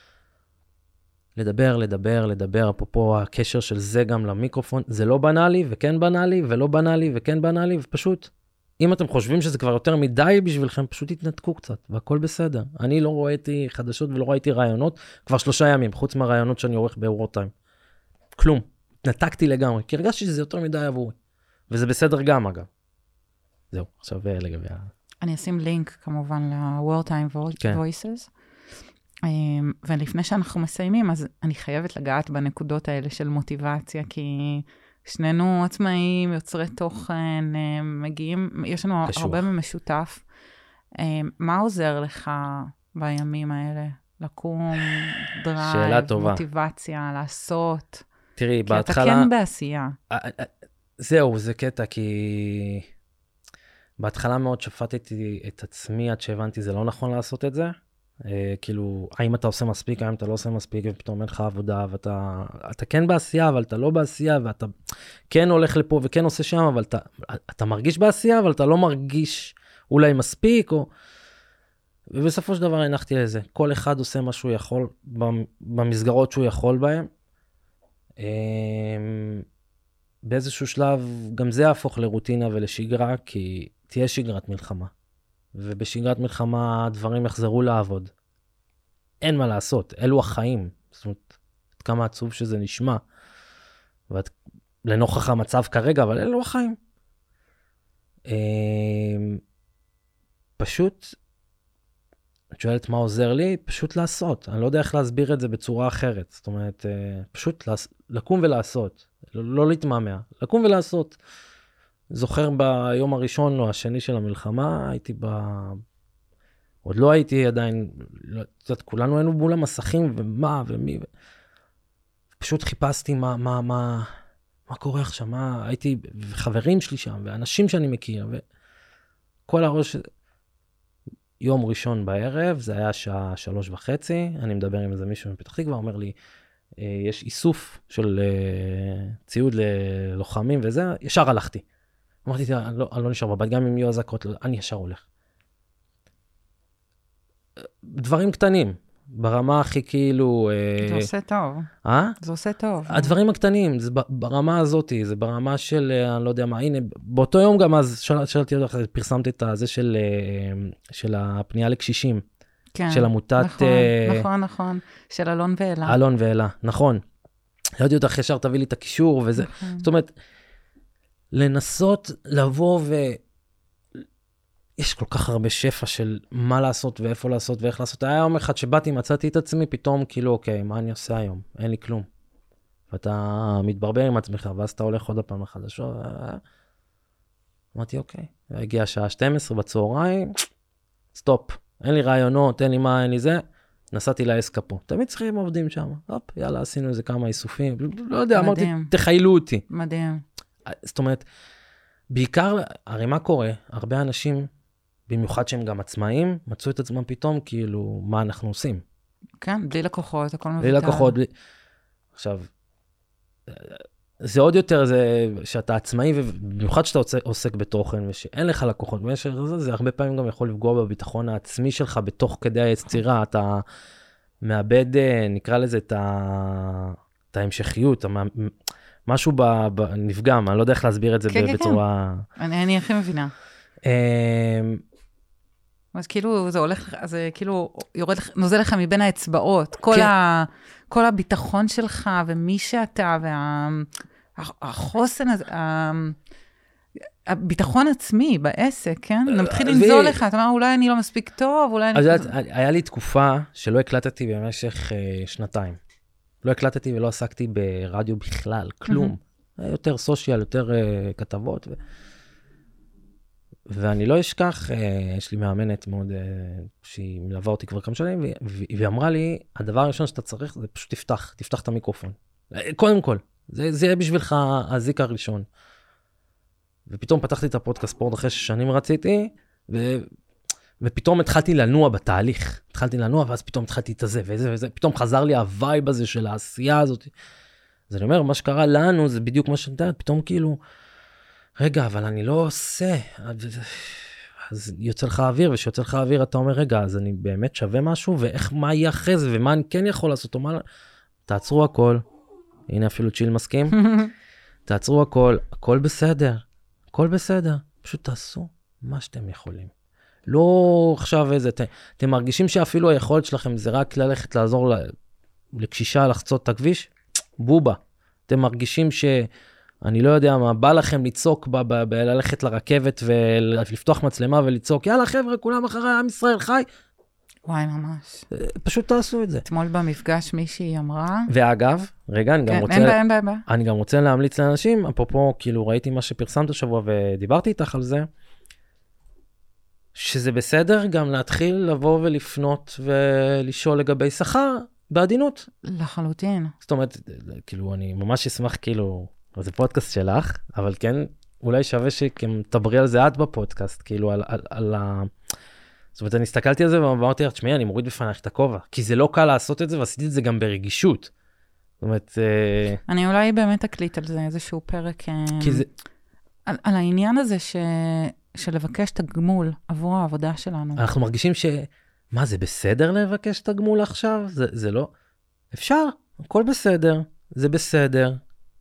לדבר, לדבר, לדבר, אפרופו הקשר של זה גם למיקרופון, זה לא בנאלי וכן בנאלי, ולא בנאלי וכן בנאלי, ופשוט, אם אתם חושבים שזה כבר יותר מדי בשבילכם, פשוט תתנתקו קצת, והכל בסדר. אני לא ראיתי חדשות ולא ראיתי רעיונות, כבר שלושה ימים, חוץ מהרעיונות שאני עורך בוורטיים. כלום. נתקתי לגמרי, כי הרגשתי שזה יותר מדי עבורי. וזה בסדר גם, אגב. זהו, עכשיו לגבי ה... אני אשים לינק, כמובן, ל-Wartime Voices. ולפני שאנחנו מסיימים, אז אני חייבת לגעת בנקודות האלה של מוטיבציה, כי... שנינו עצמאים, יוצרי תוכן, מגיעים, יש לנו קשור. הרבה במשותף. מה עוזר לך בימים האלה? לקום, דרייב, מוטיבציה, לעשות? תראי, כי בהתחלה... כי אתה כן בעשייה. זהו, זה קטע, כי בהתחלה מאוד שפטתי את עצמי עד שהבנתי זה לא נכון לעשות את זה. Uh, כאילו, האם אתה עושה מספיק, האם אתה לא עושה מספיק, ופתאום אין לך עבודה, ואתה אתה כן בעשייה, אבל אתה לא בעשייה, ואתה כן הולך לפה וכן עושה שם, אבל אתה, אתה מרגיש בעשייה, אבל אתה לא מרגיש אולי מספיק, או... ובסופו של דבר הנחתי לזה. כל אחד עושה מה שהוא יכול, במסגרות שהוא יכול בהן. באיזשהו שלב גם זה יהפוך לרוטינה ולשגרה, כי תהיה שגרת מלחמה. ובשגרת מלחמה הדברים יחזרו לעבוד. אין מה לעשות, אלו החיים. זאת אומרת, כמה עצוב שזה נשמע. ואת, לנוכח המצב כרגע, אבל אלו החיים. פשוט, את שואלת מה עוזר לי? פשוט לעשות. אני לא יודע איך להסביר את זה בצורה אחרת. זאת אומרת, פשוט לקום ולעשות. לא להתמהמה, לקום ולעשות. זוכר ביום הראשון או השני של המלחמה, הייתי ב... עוד לא הייתי עדיין, לא, זאת, כולנו היינו מול המסכים, ומה ומי, ו... פשוט חיפשתי מה, מה, מה, מה קורה עכשיו, מה, הייתי, וחברים שלי שם, ואנשים שאני מכיר, וכל הראש, יום ראשון בערב, זה היה שעה שלוש וחצי, אני מדבר עם איזה מישהו מפתח תקווה, אומר לי, יש איסוף של ציוד ללוחמים וזה, ישר הלכתי. אמרתי, אני לא, אני לא נשאר בבית, גם אם יהיו הזקות, אני ישר הולך. דברים קטנים, ברמה הכי כאילו... זה אה... עושה טוב. אה? זה עושה טוב. הדברים הקטנים, זה ברמה הזאת, זה ברמה של, אני לא יודע מה, הנה, באותו יום גם אז, שאלתי אותך, פרסמתי את זה של, של הפנייה לקשישים. כן, של עמותת... נכון, uh... נכון, נכון, של אלון ואלה. אלון ואלה, נכון. שאלתי אותך, ישר תביא לי את הקישור וזה. נכון. זאת אומרת, לנסות לבוא ו... יש כל כך הרבה שפע של מה לעשות ואיפה לעשות ואיך לעשות. היה יום אחד שבאתי, מצאתי את עצמי, פתאום כאילו, אוקיי, מה אני עושה היום? אין לי כלום. ואתה מתברבר עם עצמך, ואז אתה הולך עוד הפעם לחדשות. אמרתי, אוקיי. הגיעה השעה שתים עשרה בצהריים, סטופ. אין לי רעיונות, אין לי מה, אין לי זה. נסעתי לאסקפו. תמיד צריכים עובדים שם. הופ, יאללה, עשינו איזה כמה איסופים. לא יודע, אמרתי, תחיילו אותי. מדהים. זאת אומרת, בעיקר, הרי מה קורה? הרבה אנשים, במיוחד שהם גם עצמאים, מצאו את עצמם פתאום, כאילו, מה אנחנו עושים? כן, בלי לקוחות, הכל מבטל. בלי לקוחות, בלי... עכשיו, זה עוד יותר, זה שאתה עצמאי, ובמיוחד שאתה עוסק בתוכן, ושאין לך לקוחות, זה, זה הרבה פעמים גם יכול לפגוע בביטחון העצמי שלך, בתוך כדי היצירה, אתה מאבד, נקרא לזה, את, ה... את ההמשכיות, משהו ב... ב... נפגם, אני לא יודע איך להסביר את זה כן, בצורה... כן, אני, אני הכי מבינה. אז כאילו, זה הולך, זה כאילו, יורד, נוזל לך מבין האצבעות, כל, כן. ה, כל הביטחון שלך, ומי שאתה, והחוסן הזה, הביטחון עצמי בעסק, כן? מתחיל לנזול לך, אתה אומר, אולי אני לא מספיק טוב, אולי אני... אז היה לי תקופה שלא הקלטתי במשך שנתיים. לא הקלטתי ולא עסקתי ברדיו בכלל, כלום. יותר סושיאל, יותר כתבות, ו... ואני לא אשכח, יש לי מאמנת מאוד, שהיא מלווה אותי כבר כמה שנים, והיא אמרה לי, הדבר הראשון שאתה צריך, זה פשוט תפתח, תפתח את המיקרופון. קודם כל, זה, זה יהיה בשבילך הזיק הראשון. ופתאום פתחתי את הפודקאסט ספורט אחרי ששנים רציתי, ו... ופתאום התחלתי לנוע בתהליך. התחלתי לנוע, ואז פתאום התחלתי את זה וזה וזה, פתאום חזר לי הווייב הזה של העשייה הזאת. אז אני אומר, מה שקרה לנו, זה בדיוק מה שאני יודעת, פתאום כאילו, רגע, אבל אני לא עושה. אז יוצא לך אוויר, ושיוצא לך אוויר, אתה אומר, רגע, אז אני באמת שווה משהו, ואיך, מה יהיה אחרי זה, ומה אני כן יכול לעשות, או מה... תעצרו הכל. הנה אפילו צ'יל מסכים. תעצרו הכל, הכל בסדר. הכל בסדר. פשוט תעשו מה שאתם יכולים. לא עכשיו איזה, ת, אתם מרגישים שאפילו היכולת שלכם זה רק ללכת לעזור ל, לקשישה לחצות את הכביש? בובה. אתם מרגישים ש... אני לא יודע מה, בא לכם לצעוק, ב- ב- ב- ללכת לרכבת ולפתוח מצלמה ולצעוק, יאללה חבר'ה, כולם אחרי עם ישראל חי. וואי, ממש. פשוט תעשו את זה. אתמול במפגש מישהי אמרה... ואגב, רגע, אני גם כן, רוצה... אין בעיה, אין בעיה, אין בעיה. אני גם רוצה להמליץ לאנשים, אפרופו, כאילו ראיתי מה שפרסמת השבוע ודיברתי איתך על זה, שזה בסדר גם להתחיל לבוא ולפנות ולשאול לגבי שכר בעדינות. לחלוטין. זאת אומרת, כאילו, אני ממש אשמח, כאילו, זה פודקאסט שלך, אבל כן, אולי שווה שתדברי על זה את בפודקאסט, כאילו, על, על, על ה... זאת אומרת, אני הסתכלתי על זה ואמרתי לך, תשמעי, אני מוריד בפנייך את הכובע, כי זה לא קל לעשות את זה, ועשיתי את זה גם ברגישות. זאת אומרת... אני אולי באמת אקליט על זה איזשהו פרק... כי זה... על, על העניין הזה ש... שלבקש את הגמול עבור העבודה שלנו. אנחנו מרגישים ש... מה, זה בסדר לבקש את הגמול עכשיו? זה, זה לא... אפשר, הכל בסדר, זה בסדר.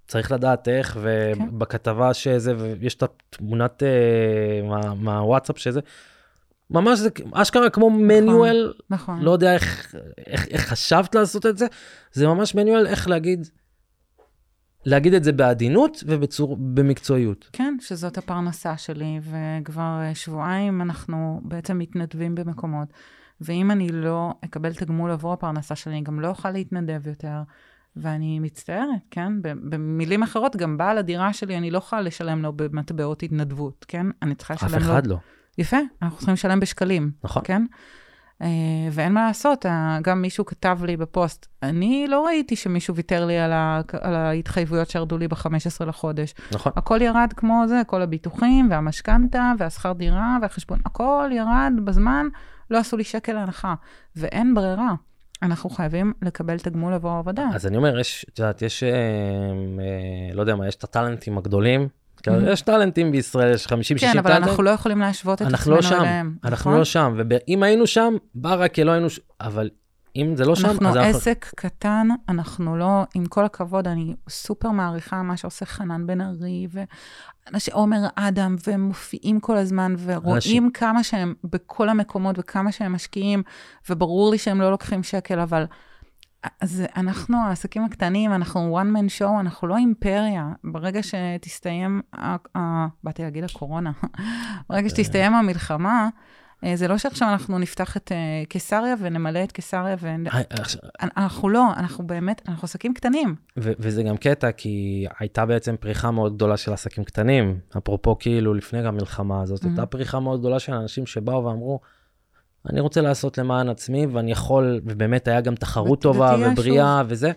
צריך לדעת איך, ובכתבה שזה, ויש את התמונת מהוואטסאפ שזה, ממש זה אשכרה כמו מניואל, נכון. לא יודע איך, איך, איך חשבת לעשות את זה, זה ממש מניואל איך להגיד, להגיד את זה בעדינות ובצור, במקצועיות. כן, שזאת הפרנסה שלי, וכבר שבועיים אנחנו בעצם מתנדבים במקומות, ואם אני לא אקבל תגמול עבור הפרנסה שלי, אני גם לא אוכל להתנדב יותר, ואני מצטערת, כן? במילים אחרות, גם בעל הדירה שלי, אני לא יכולה לשלם לו במטבעות התנדבות, כן? אני צריכה לשלם לו... אף אחד לא. יפה, אנחנו צריכים לשלם בשקלים. נכון. כן? ואין מה לעשות, גם מישהו כתב לי בפוסט, אני לא ראיתי שמישהו ויתר לי על, ה, על ההתחייבויות שירדו לי ב-חמישה עשר לחודש. נכון. הכל ירד כמו זה, כל הביטוחים והמשכנתה והשכר דירה והחשבון, הכל ירד בזמן, לא עשו לי שקל להנחה. ואין ברירה. אנחנו חייבים לקבל תגמול עבור העבודה. אז אני אומר, יש, את יודעת, יש, אה, אה, לא יודע מה, יש את הטלנטים הגדולים, יש טלנטים בישראל, יש חמישים שישים טלנטים. כן, אבל אנחנו לא יכולים להשוות את עצמנו אליהם. אנחנו לא שם, ואם היינו שם, ברק, לא היינו שם, אבל אם זה לא שם, אנחנו עסק קטן, אנחנו לא, עם כל הכבוד, אני סופר מעריכה מה שעושה חנן בן ארי, ועומר אדם, והם מופיעים כל הזמן, ורואים כמה שהם בכל המקומות, וכמה שהם משקיעים, וברור לי שהם לא לוקחים שקל, אבל... אז אנחנו, העסקים הקטנים, אנחנו one man show, אנחנו לא אימפריה. ברגע שתסתיים, באתי להגיד הקורונה, ברגע שתסתיים המלחמה, זה לא שעכשיו אנחנו נפתח את קיסריה ונמלא את קיסריה, אנחנו לא, אנחנו באמת, אנחנו עסקים קטנים. וזה גם קטע, כי הייתה בעצם פריחה מאוד גדולה של עסקים קטנים, אפרופו כאילו לפני המלחמה הזאת, הייתה פריחה מאוד גדולה של אנשים שבאו ואמרו, אני רוצה לעשות למען עצמי, ואני יכול, ובאמת היה גם תחרות טובה ובריאה וזה,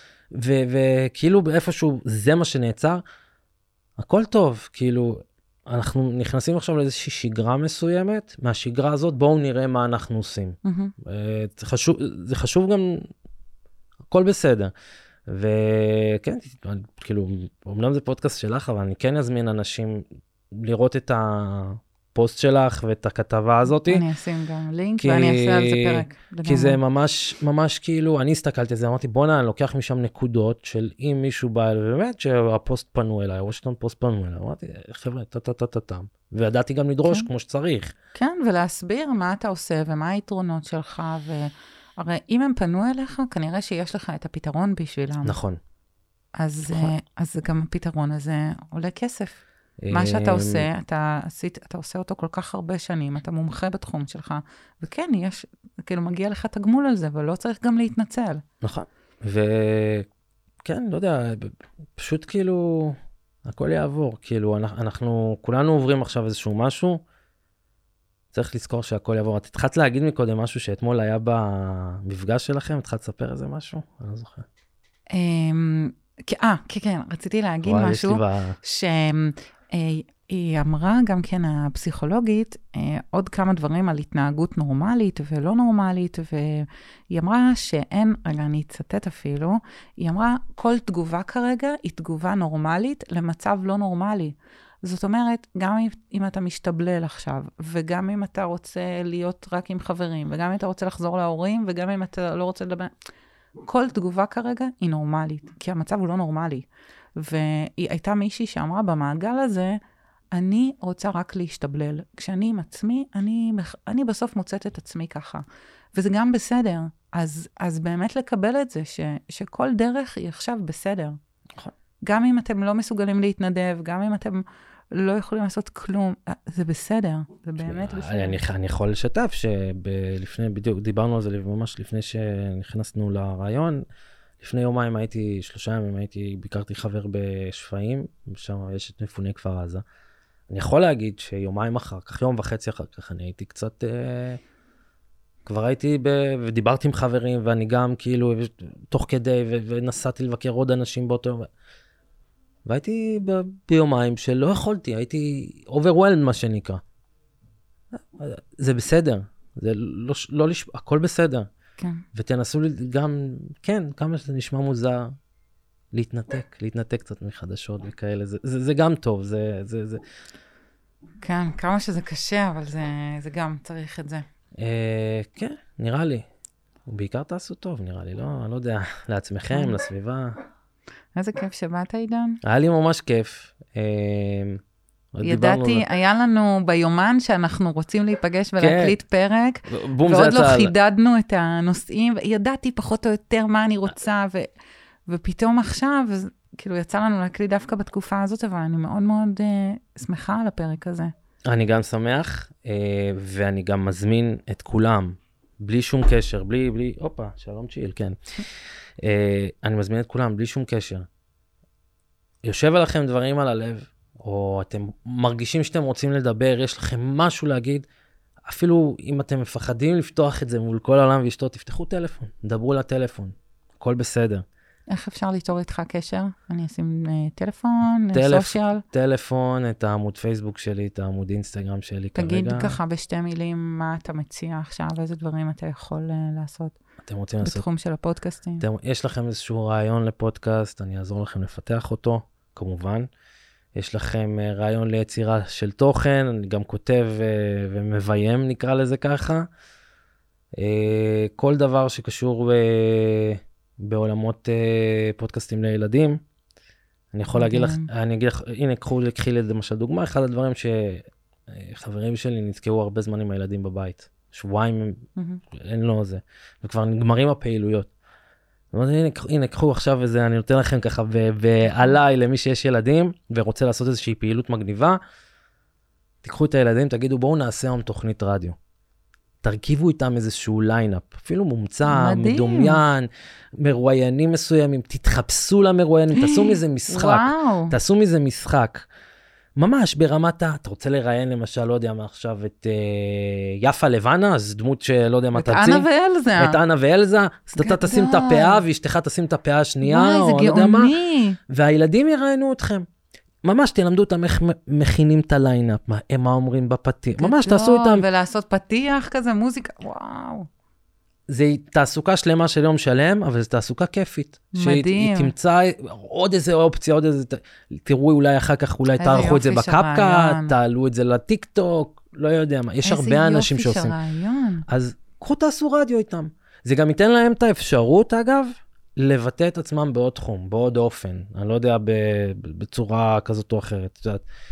וכאילו באיפשהו זה מה שנעצר, הכל טוב, כאילו, אנחנו נכנסים עכשיו לאיזושהי שגרה מסוימת, מהשגרה הזאת בואו נראה מה אנחנו עושים. זה חשוב, זה חשוב גם, הכל בסדר. וכן, כאילו, אמנם זה פודקאסט שלך, אבל אני כן אזמין אנשים לראות את ה... פוסט שלך ואת הכתבה הזאת. אני אשים גם לינק ואני אעשה על זה פרק. כי זה ממש, ממש כאילו, אני הסתכלתי על זה, אמרתי, בוא נע, אני לוקח משם נקודות של אם מישהו בא אליי, באמת שהפוסט פנו אליי, וושינגטון פוסט פנו אליי, אמרתי, חבר'ה, טה-טה-טה-טם. וידעתי גם לדרוש כמו שצריך. כן, ולהסביר מה אתה עושה ומה היתרונות שלך, והרי אם הם פנו אליך, כנראה שיש לך את הפתרון בשבילם. נכון. אז גם הפתרון הזה עולה כסף. מה שאתה עושה, אתה עשית, אתה עושה אותו כל כך הרבה שנים, אתה מומחה בתחום שלך, וכן, יש, כאילו מגיע לך תגמול על זה, אבל לא צריך גם להתנצל. נכון. וכן, לא יודע, פשוט כאילו, הכל יעבור, כאילו, אנחנו, כולנו עוברים עכשיו איזשהו משהו, צריך לזכור שהכל יעבור. את התחלת להגיד מקודם משהו שאתמול היה במפגש שלכם, התחלת לספר איזה משהו? אני לא זוכר. אה, כן, כן, רציתי להגיד משהו, שהיא אמרה גם כן הפסיכולוגית, עוד כמה דברים על התנהגות נורמלית ולא נורמלית, והיא אמרה שאין, רגע, אני אצטט אפילו, היא אמרה, כל תגובה כרגע היא תגובה נורמלית למצב לא נורמלי. זאת אומרת, גם אם אתה משתבלל עכשיו, וגם אם אתה רוצה להיות רק עם חברים, וגם אם אתה רוצה לחזור להורים, וגם אם אתה לא רוצה לדבר... כל תגובה כרגע היא נורמלית, כי המצב הוא לא נורמלי. והיא הייתה מישהי שאמרה במעגל הזה, אני רוצה רק להשתבלל. כשאני עם עצמי, אני, אני בסוף מוצאת את עצמי ככה. וזה גם בסדר. אז, אז באמת לקבל את זה, ש, שכל דרך היא עכשיו בסדר. גם אם אתם לא מסוגלים להתנדב, גם אם אתם לא יכולים לעשות כלום, זה בסדר, זה באמת בסדר. אני, אני יכול לשתף שלפני, בדיוק דיברנו על זה ממש לפני שנכנסנו לרעיון, לפני יומיים הייתי, שלושה ימים הייתי, ביקרתי חבר בשפיים, שם יש את מפוני כפר עזה. אני יכול להגיד שיומיים אחר כך, יום וחצי אחר כך, אני הייתי קצת, אה, כבר הייתי, ב, ודיברתי עם חברים, ואני גם כאילו, תוך כדי, ו, ונסעתי לבקר עוד אנשים באותו יום, והייתי ב, ביומיים שלא יכולתי, הייתי overwhelmed מה שנקרא. זה בסדר, זה לא, לא לש... הכל בסדר. כן. ותנסו גם, כן, כמה שזה נשמע מוזר, להתנתק, להתנתק קצת מחדשות וכאלה, זה, זה, זה גם טוב, זה, זה, זה... כן, כמה שזה קשה, אבל זה, זה גם צריך את זה. אה, כן, נראה לי. בעיקר תעשו טוב, נראה לי, לא, לא יודע, לעצמכם, לסביבה. איזה כיף שבאת, עידן. היה לי ממש כיף. ידעתי, היה לנו ביומן שאנחנו רוצים להיפגש ולהקליט פרק, ועוד לא חידדנו את הנושאים, ידעתי פחות או יותר מה אני רוצה, ופתאום עכשיו, כאילו יצא לנו להקליט דווקא בתקופה הזאת, אבל אני מאוד מאוד שמחה על הפרק הזה. אני גם שמח, ואני גם מזמין את כולם, בלי שום קשר, בלי, בלי, אופה, שלום צ'יל, כן. אני מזמין את כולם, בלי שום קשר. יושב עליכם דברים על הלב, או אתם מרגישים שאתם רוצים לדבר, יש לכם משהו להגיד, אפילו אם אתם מפחדים לפתוח את זה מול כל העולם ואשתות, תפתחו טלפון, דברו לטלפון, הכל בסדר. איך אפשר ליצור איתך קשר? אני אשים טלפון, טלפ... סושיאל? טלפון, את העמוד פייסבוק שלי, את העמוד אינסטגרם שלי תגיד כרגע. תגיד ככה בשתי מילים מה אתה מציע עכשיו, איזה דברים אתה יכול uh, לעשות? אתם רוצים לעשות? בתחום של הפודקאסטים. אתם... יש לכם איזשהו רעיון לפודקאסט, אני אעזור לכם לפתח אותו, כמובן. יש לכם uh, רעיון ליצירה של תוכן, אני גם כותב uh, ומביים, נקרא לזה ככה. Uh, כל דבר שקשור ב... בעולמות uh, פודקאסטים לילדים, אני יכול להגיד לך, אני אגיד לך, הנה, קחו, לקחי למשל דוגמה, אחד הדברים שחברים שלי נתקעו הרבה זמן עם הילדים בבית, שבועיים, אין לו זה, וכבר נגמרים הפעילויות. הנה, הנה, קחו עכשיו וזה, אני נותן לכם ככה, ועליי, למי שיש ילדים, ורוצה לעשות איזושהי פעילות מגניבה, תיקחו את הילדים, תגידו, בואו נעשה היום תוכנית רדיו. תרכיבו איתם איזשהו ליינאפ, אפילו מומצא, מדומיין, מרואיינים מסוימים, תתחפשו למרואיינים, תעשו מזה משחק, תעשו מזה משחק. ממש ברמת ה... אתה רוצה לראיין למשל, לא יודע מה עכשיו, את יפה לבנה, אז דמות שלא יודע מה תציג. את אנה ואלזה. את אנה ואלזה, אז אתה תשים את הפאה, ואשתך תשים את הפאה השנייה, וואי, זה גאוני. והילדים יראיינו אתכם. ממש תלמדו אותם איך מכינים את הליינאפ, מה הם אומרים בפתיח, ממש תעשו איתם. ולעשות פתיח כזה, מוזיקה, וואו. זה תעסוקה שלמה של יום שלם, אבל זו תעסוקה כיפית. מדהים. שהיא תמצא עוד איזה אופציה, עוד איזה, תראו אולי אחר כך, אולי תערכו את זה בקפקה, תעלו את זה לטיק טוק, לא יודע מה, יש הרבה אנשים שעושים. איזה יופי של רעיון. אז קחו תעשו רדיו איתם. זה גם ייתן להם את האפשרות, אגב, לבטא את עצמם בעוד תחום, בעוד אופן. אני לא יודע, בצורה כזאת או אחרת.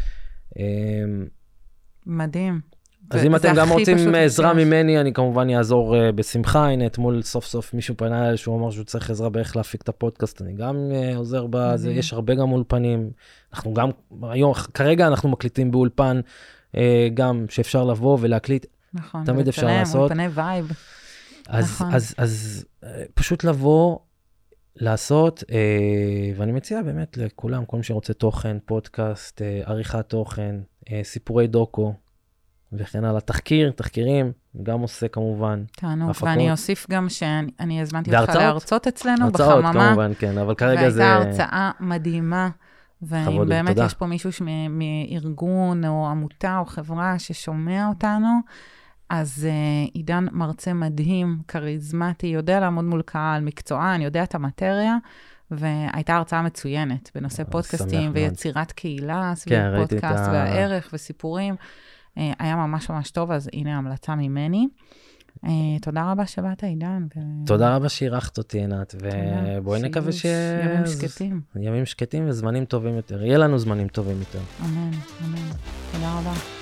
מדהים. אז אם אתם גם רוצים עזרה ממני, אני כמובן אעזור בשמחה. הנה, אתמול סוף סוף מישהו פנה אליי שהוא אמר שהוא צריך עזרה באיך להפיק את הפודקאסט. אני גם עוזר בזה, יש הרבה גם אולפנים. אנחנו גם, היום, כרגע אנחנו מקליטים באולפן, גם שאפשר לבוא ולהקליט. נכון, תמיד אפשר לעשות. אולפני וייב. אז, אז, אז פשוט לבוא, לעשות, ואני מציע באמת לכולם, כל מי שרוצה תוכן, פודקאסט, עריכת תוכן, סיפורי דוקו, וכן הלאה, תחקיר, תחקירים, גם עושה כמובן. תענוג, ואני אוסיף גם שאני הזמנתי אותך והרצאות? להרצות אצלנו הרצאות, בחממה. הרצאות כמובן, כן, אבל כרגע זה... והייתה הרצאה מדהימה, ואם באמת תודה. יש פה מישהו מארגון או עמותה או חברה ששומע אותנו, אז uh, עידן מרצה מדהים, קריזמטי, יודע לעמוד מול קהל, מקצוען, יודע את המטריה, והייתה הרצאה מצוינת בנושא פודקאסטים ויצירת קהילה סביב כן, פודקאסט והערך וסיפורים. Uh, היה ממש ממש טוב, אז הנה המלצה ממני. Uh, תודה רבה שבאת, עידן. ו... תודה רבה שאירחת אותי, עינת, ובואי נקווה ש... ימים שקטים. ימים שקטים וזמנים טובים יותר. יהיה לנו זמנים טובים יותר. אמן, אמן. תודה רבה.